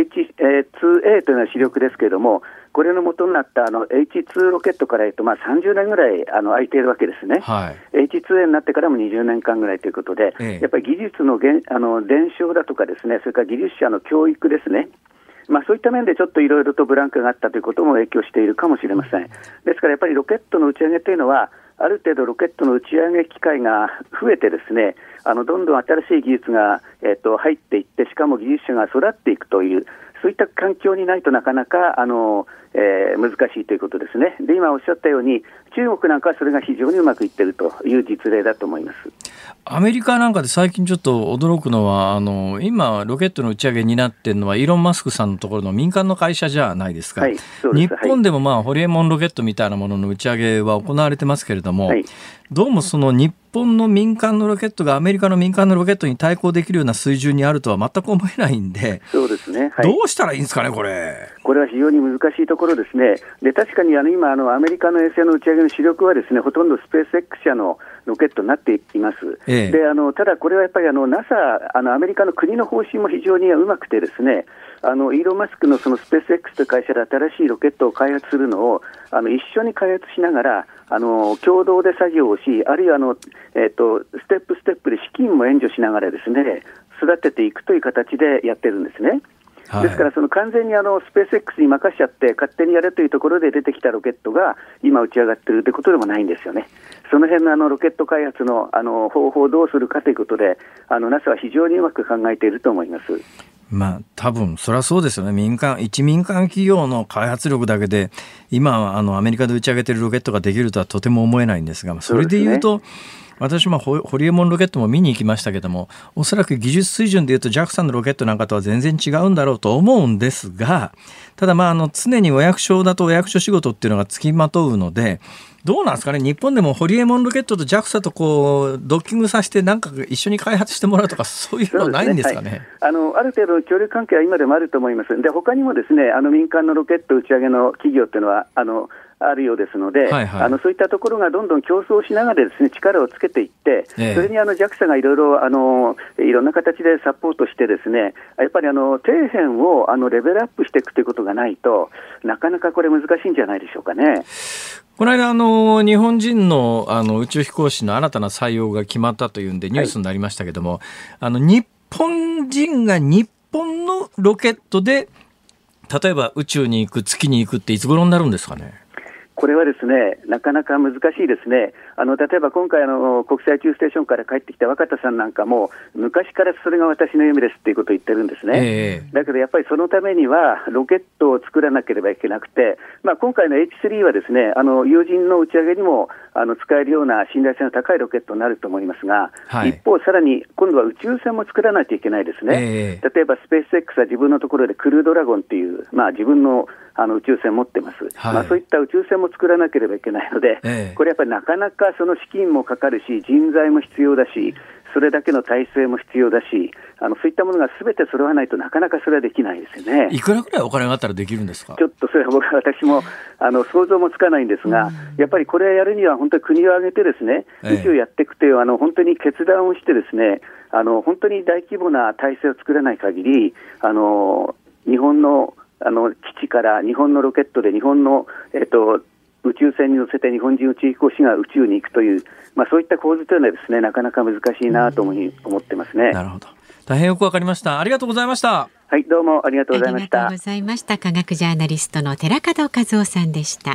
[SPEAKER 4] H2A というのは主力ですけれども、これの元になったH2 ロケットからいうと、30年ぐらい空いているわけですね。H2A になってからも20年間ぐらいということで、やっぱり技術の伝承だとかですね、それから技術者の教育ですね。そういった面でちょっといろいろとブランクがあったということも影響しているかもしれません。ですからやっぱりロケットの打ち上げというのは、ある程度ロケットの打ち上げ機会が増えてですね、どんどん新しい技術が、入っていって、しかも技術者が育っていくという、そういった環境にないとなかなか難しいということですね。で、今おっしゃったように、中国なんかはそれが非常にうまくいっているという実例だと思います。
[SPEAKER 1] アメリカなんかで最近ちょっと驚くのは、今ロケットの打ち上げになっているのはイーロン・マスクさんのところの民間の会社じゃないですか。日本でもホリエモンロケットみたいなものの打ち上げは行われてますけれども、どうもその日本の民間のロケットがアメリカの民間のロケットに対抗できるような水準にあるとは全く思えないんで。
[SPEAKER 4] そうですね、
[SPEAKER 1] どうしたらいいんですかね、これ
[SPEAKER 4] は非常に難しいところですね。で、確かに今アメリカの衛星の打ち上げの主力はですね、ほとんどスペース X 社のロケットになっています。で、ただこれはやっぱりNASA、アメリカの国の方針も非常にうまくてですね、イーロン・マスクのそのスペース X という会社で新しいロケットを開発するのを一緒に開発しながら共同で作業をし、あるいはステップで資金も援助しながらですね、育てていくという形でやってるんですね。ですから完全にスペース X に任せちゃって勝手にやれというところで出てきたロケットが今打ち上がっているということでもないんですよね。その辺のロケット開発の方法をどうするかということでNASA は非常にうまく考えていると思います。
[SPEAKER 1] 多分そりゃそうですよね。一民間企業の開発力だけで今アメリカで打ち上げているロケットができるとはとても思えないんですが、それでいうと私もホリエモンロケットも見に行きましたけども、おそらく技術水準でいうと JAXA のロケットなんかとは全然違うんだろうと思うんですが、ただ常にお役所だとお役所仕事っていうのがつきまとうので、どうなんですかね、日本でもホリエモンロケットと JAXA とドッキングさせてなんか一緒に開発してもらうとか、そういうのはないんですかね。
[SPEAKER 4] ある程度協力関係は今でもあると思います。で、他にもですね、民間のロケット打ち上げの企業っていうのはあるようですので、そういったところがどんどん競争しながらですね、力をつけていって、それにJAXA がいろいろいろんな形でサポートしてですね、やっぱり底辺をレベルアップしていくということがないとなかなかこれ難しいんじゃないでしょうかね。
[SPEAKER 1] この間日本人の宇宙飛行士の新たな採用が決まったというんでニュースになりましたけども、日本人が日本のロケットで例えば宇宙に行く、月に行くっていつ頃になるんですかね。
[SPEAKER 4] これはですね、なかなか難しいですね。例えば今回国際宇宙ステーションから帰ってきた若田さんなんかも昔からそれが私の夢ですっていうことを言ってるんですね。だけどやっぱりそのためにはロケットを作らなければいけなくて、今回の H3 はですね、有人の打ち上げにも使えるような信頼性の高いロケットになると思いますが、一方さらに今度は宇宙船も作らないといけないですね。例えばスペース X は自分のところでクルードラゴンっていう、自分の宇宙船持ってます。そういった宇宙船も作らなければいけないので、これやっぱりなかなかその資金もかかるし、人材も必要だし、それだけの体制も必要だし、そういったものがすべて揃わないとなかなかそれはできないですよね。
[SPEAKER 1] いくらぐらいお金があったらできるんですか。
[SPEAKER 4] ちょっとそれは私も想像もつかないんですが、やっぱりこれやるには本当に国を挙げてですね、宇宙やっていくという本当に決断をしてですね、本当に大規模な体制を作らない限り、日本の基地から日本のロケットで日本の、宇宙船に乗せて日本人宇宙飛行士が宇宙に行くという、そういった構図というのはですね、なかなか難しいなと思ってますね。
[SPEAKER 1] なるほど、大変よくわかりました。ありがとうございました。
[SPEAKER 4] はい、どうもありがとうございました。
[SPEAKER 2] ありがとうございました。科学ジャーナリストの寺門和夫さんでした。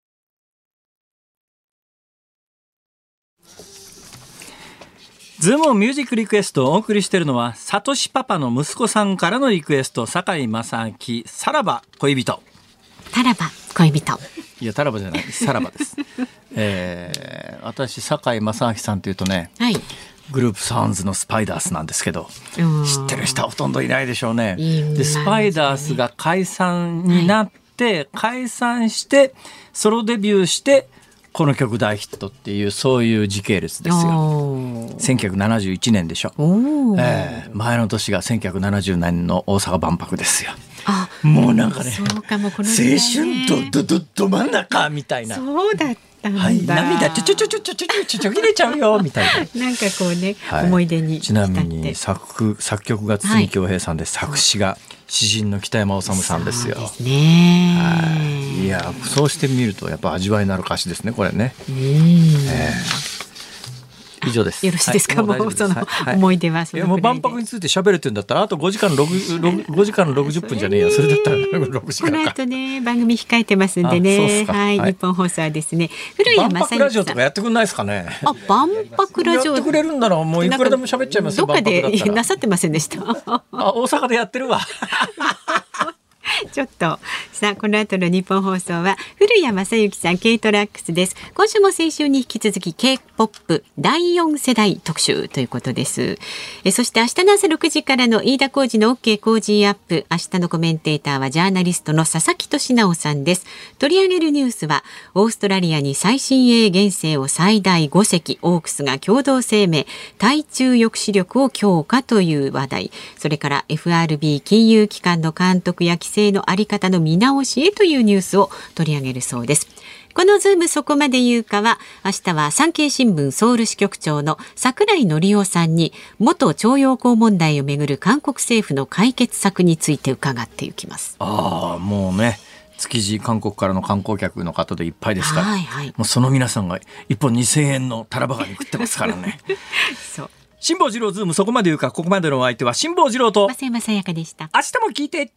[SPEAKER 1] ズームオンミュージックリクエストをお送りしているのは、サトシパパの息子さんからのリクエスト、堺正明、さらば恋人。
[SPEAKER 2] さらば恋人。
[SPEAKER 1] いや、タラバじゃない、さらばです。私、堺正明さんというとね、グループサウンズのスパイダースなんですけど、知ってる人はほとんどいないでしょうね。で、スパイダースが解散になって、解散してソロデビューして、 この曲大ヒットっていうそういう時系列ですよ。1971年でしょ。前の年が1970年の大阪万博ですよ。もうなんかね、
[SPEAKER 2] そうかもこの
[SPEAKER 1] 青春ど真ん中みたいな。
[SPEAKER 2] そうだったんだ。
[SPEAKER 1] はい、涙ちょ切れちゃうよみたいな。
[SPEAKER 2] なんかこうね、思い出に
[SPEAKER 1] ちなみに作曲が堤恭平さんで、作詞が詩人の北山治さんですよ。
[SPEAKER 2] そうですね。
[SPEAKER 1] いや、そうしてみるとやっぱ味わいのある歌詞ですね、これね。以上です。
[SPEAKER 2] よろしいですか。もうその思い出はその
[SPEAKER 1] もう万博について喋るって言うんだったらあと5時間60分じゃねえや。それだったら6時間か。
[SPEAKER 2] この後ね、番組控えてますんでね。はい、日本放送はですね、古谷正幸さん。万博ラジオ
[SPEAKER 1] とかやってくんないですかね。
[SPEAKER 2] 万博ラジオ
[SPEAKER 1] やってくれるんだらもういくらでも喋っちゃいますよ。
[SPEAKER 2] どっかでなさってませんでした。
[SPEAKER 1] 大阪でやってるわ。
[SPEAKER 2] ちょっとさあ、この後の日本放送は古谷正幸さん、軽トラックスです。今週も先週に引き続き K-POP 第4世代特集ということです。そして明日の朝6時からの飯田浩司の OK 工事アップ、明日のコメンテーターはジャーナリストの佐々木俊直さんです。取り上げるニュースはオーストラリアに最新鋭原生を最大5隻、オークスが共同声明、対中抑止力を強化という話題、それから FRB 金融機関の監督や規制のあり方の見直しへというニュースを取り上げるそうです。このズームそこまで言うかは、明日は産経新聞ソウル支局長の櫻井紀夫さんに元徴用工問題をめぐる韓国政府の解決策について伺っていきます。
[SPEAKER 1] もうね、築地韓国からの観光客の方でいっぱいですから、もうその皆さんが1本2000円のタラバガニ食ってますからね。
[SPEAKER 2] そう。
[SPEAKER 1] 辛坊治郎ズームそこまで言うか。ここまでのお相手は辛坊治郎と
[SPEAKER 2] 増山さやかでした。
[SPEAKER 1] 明日も聞いて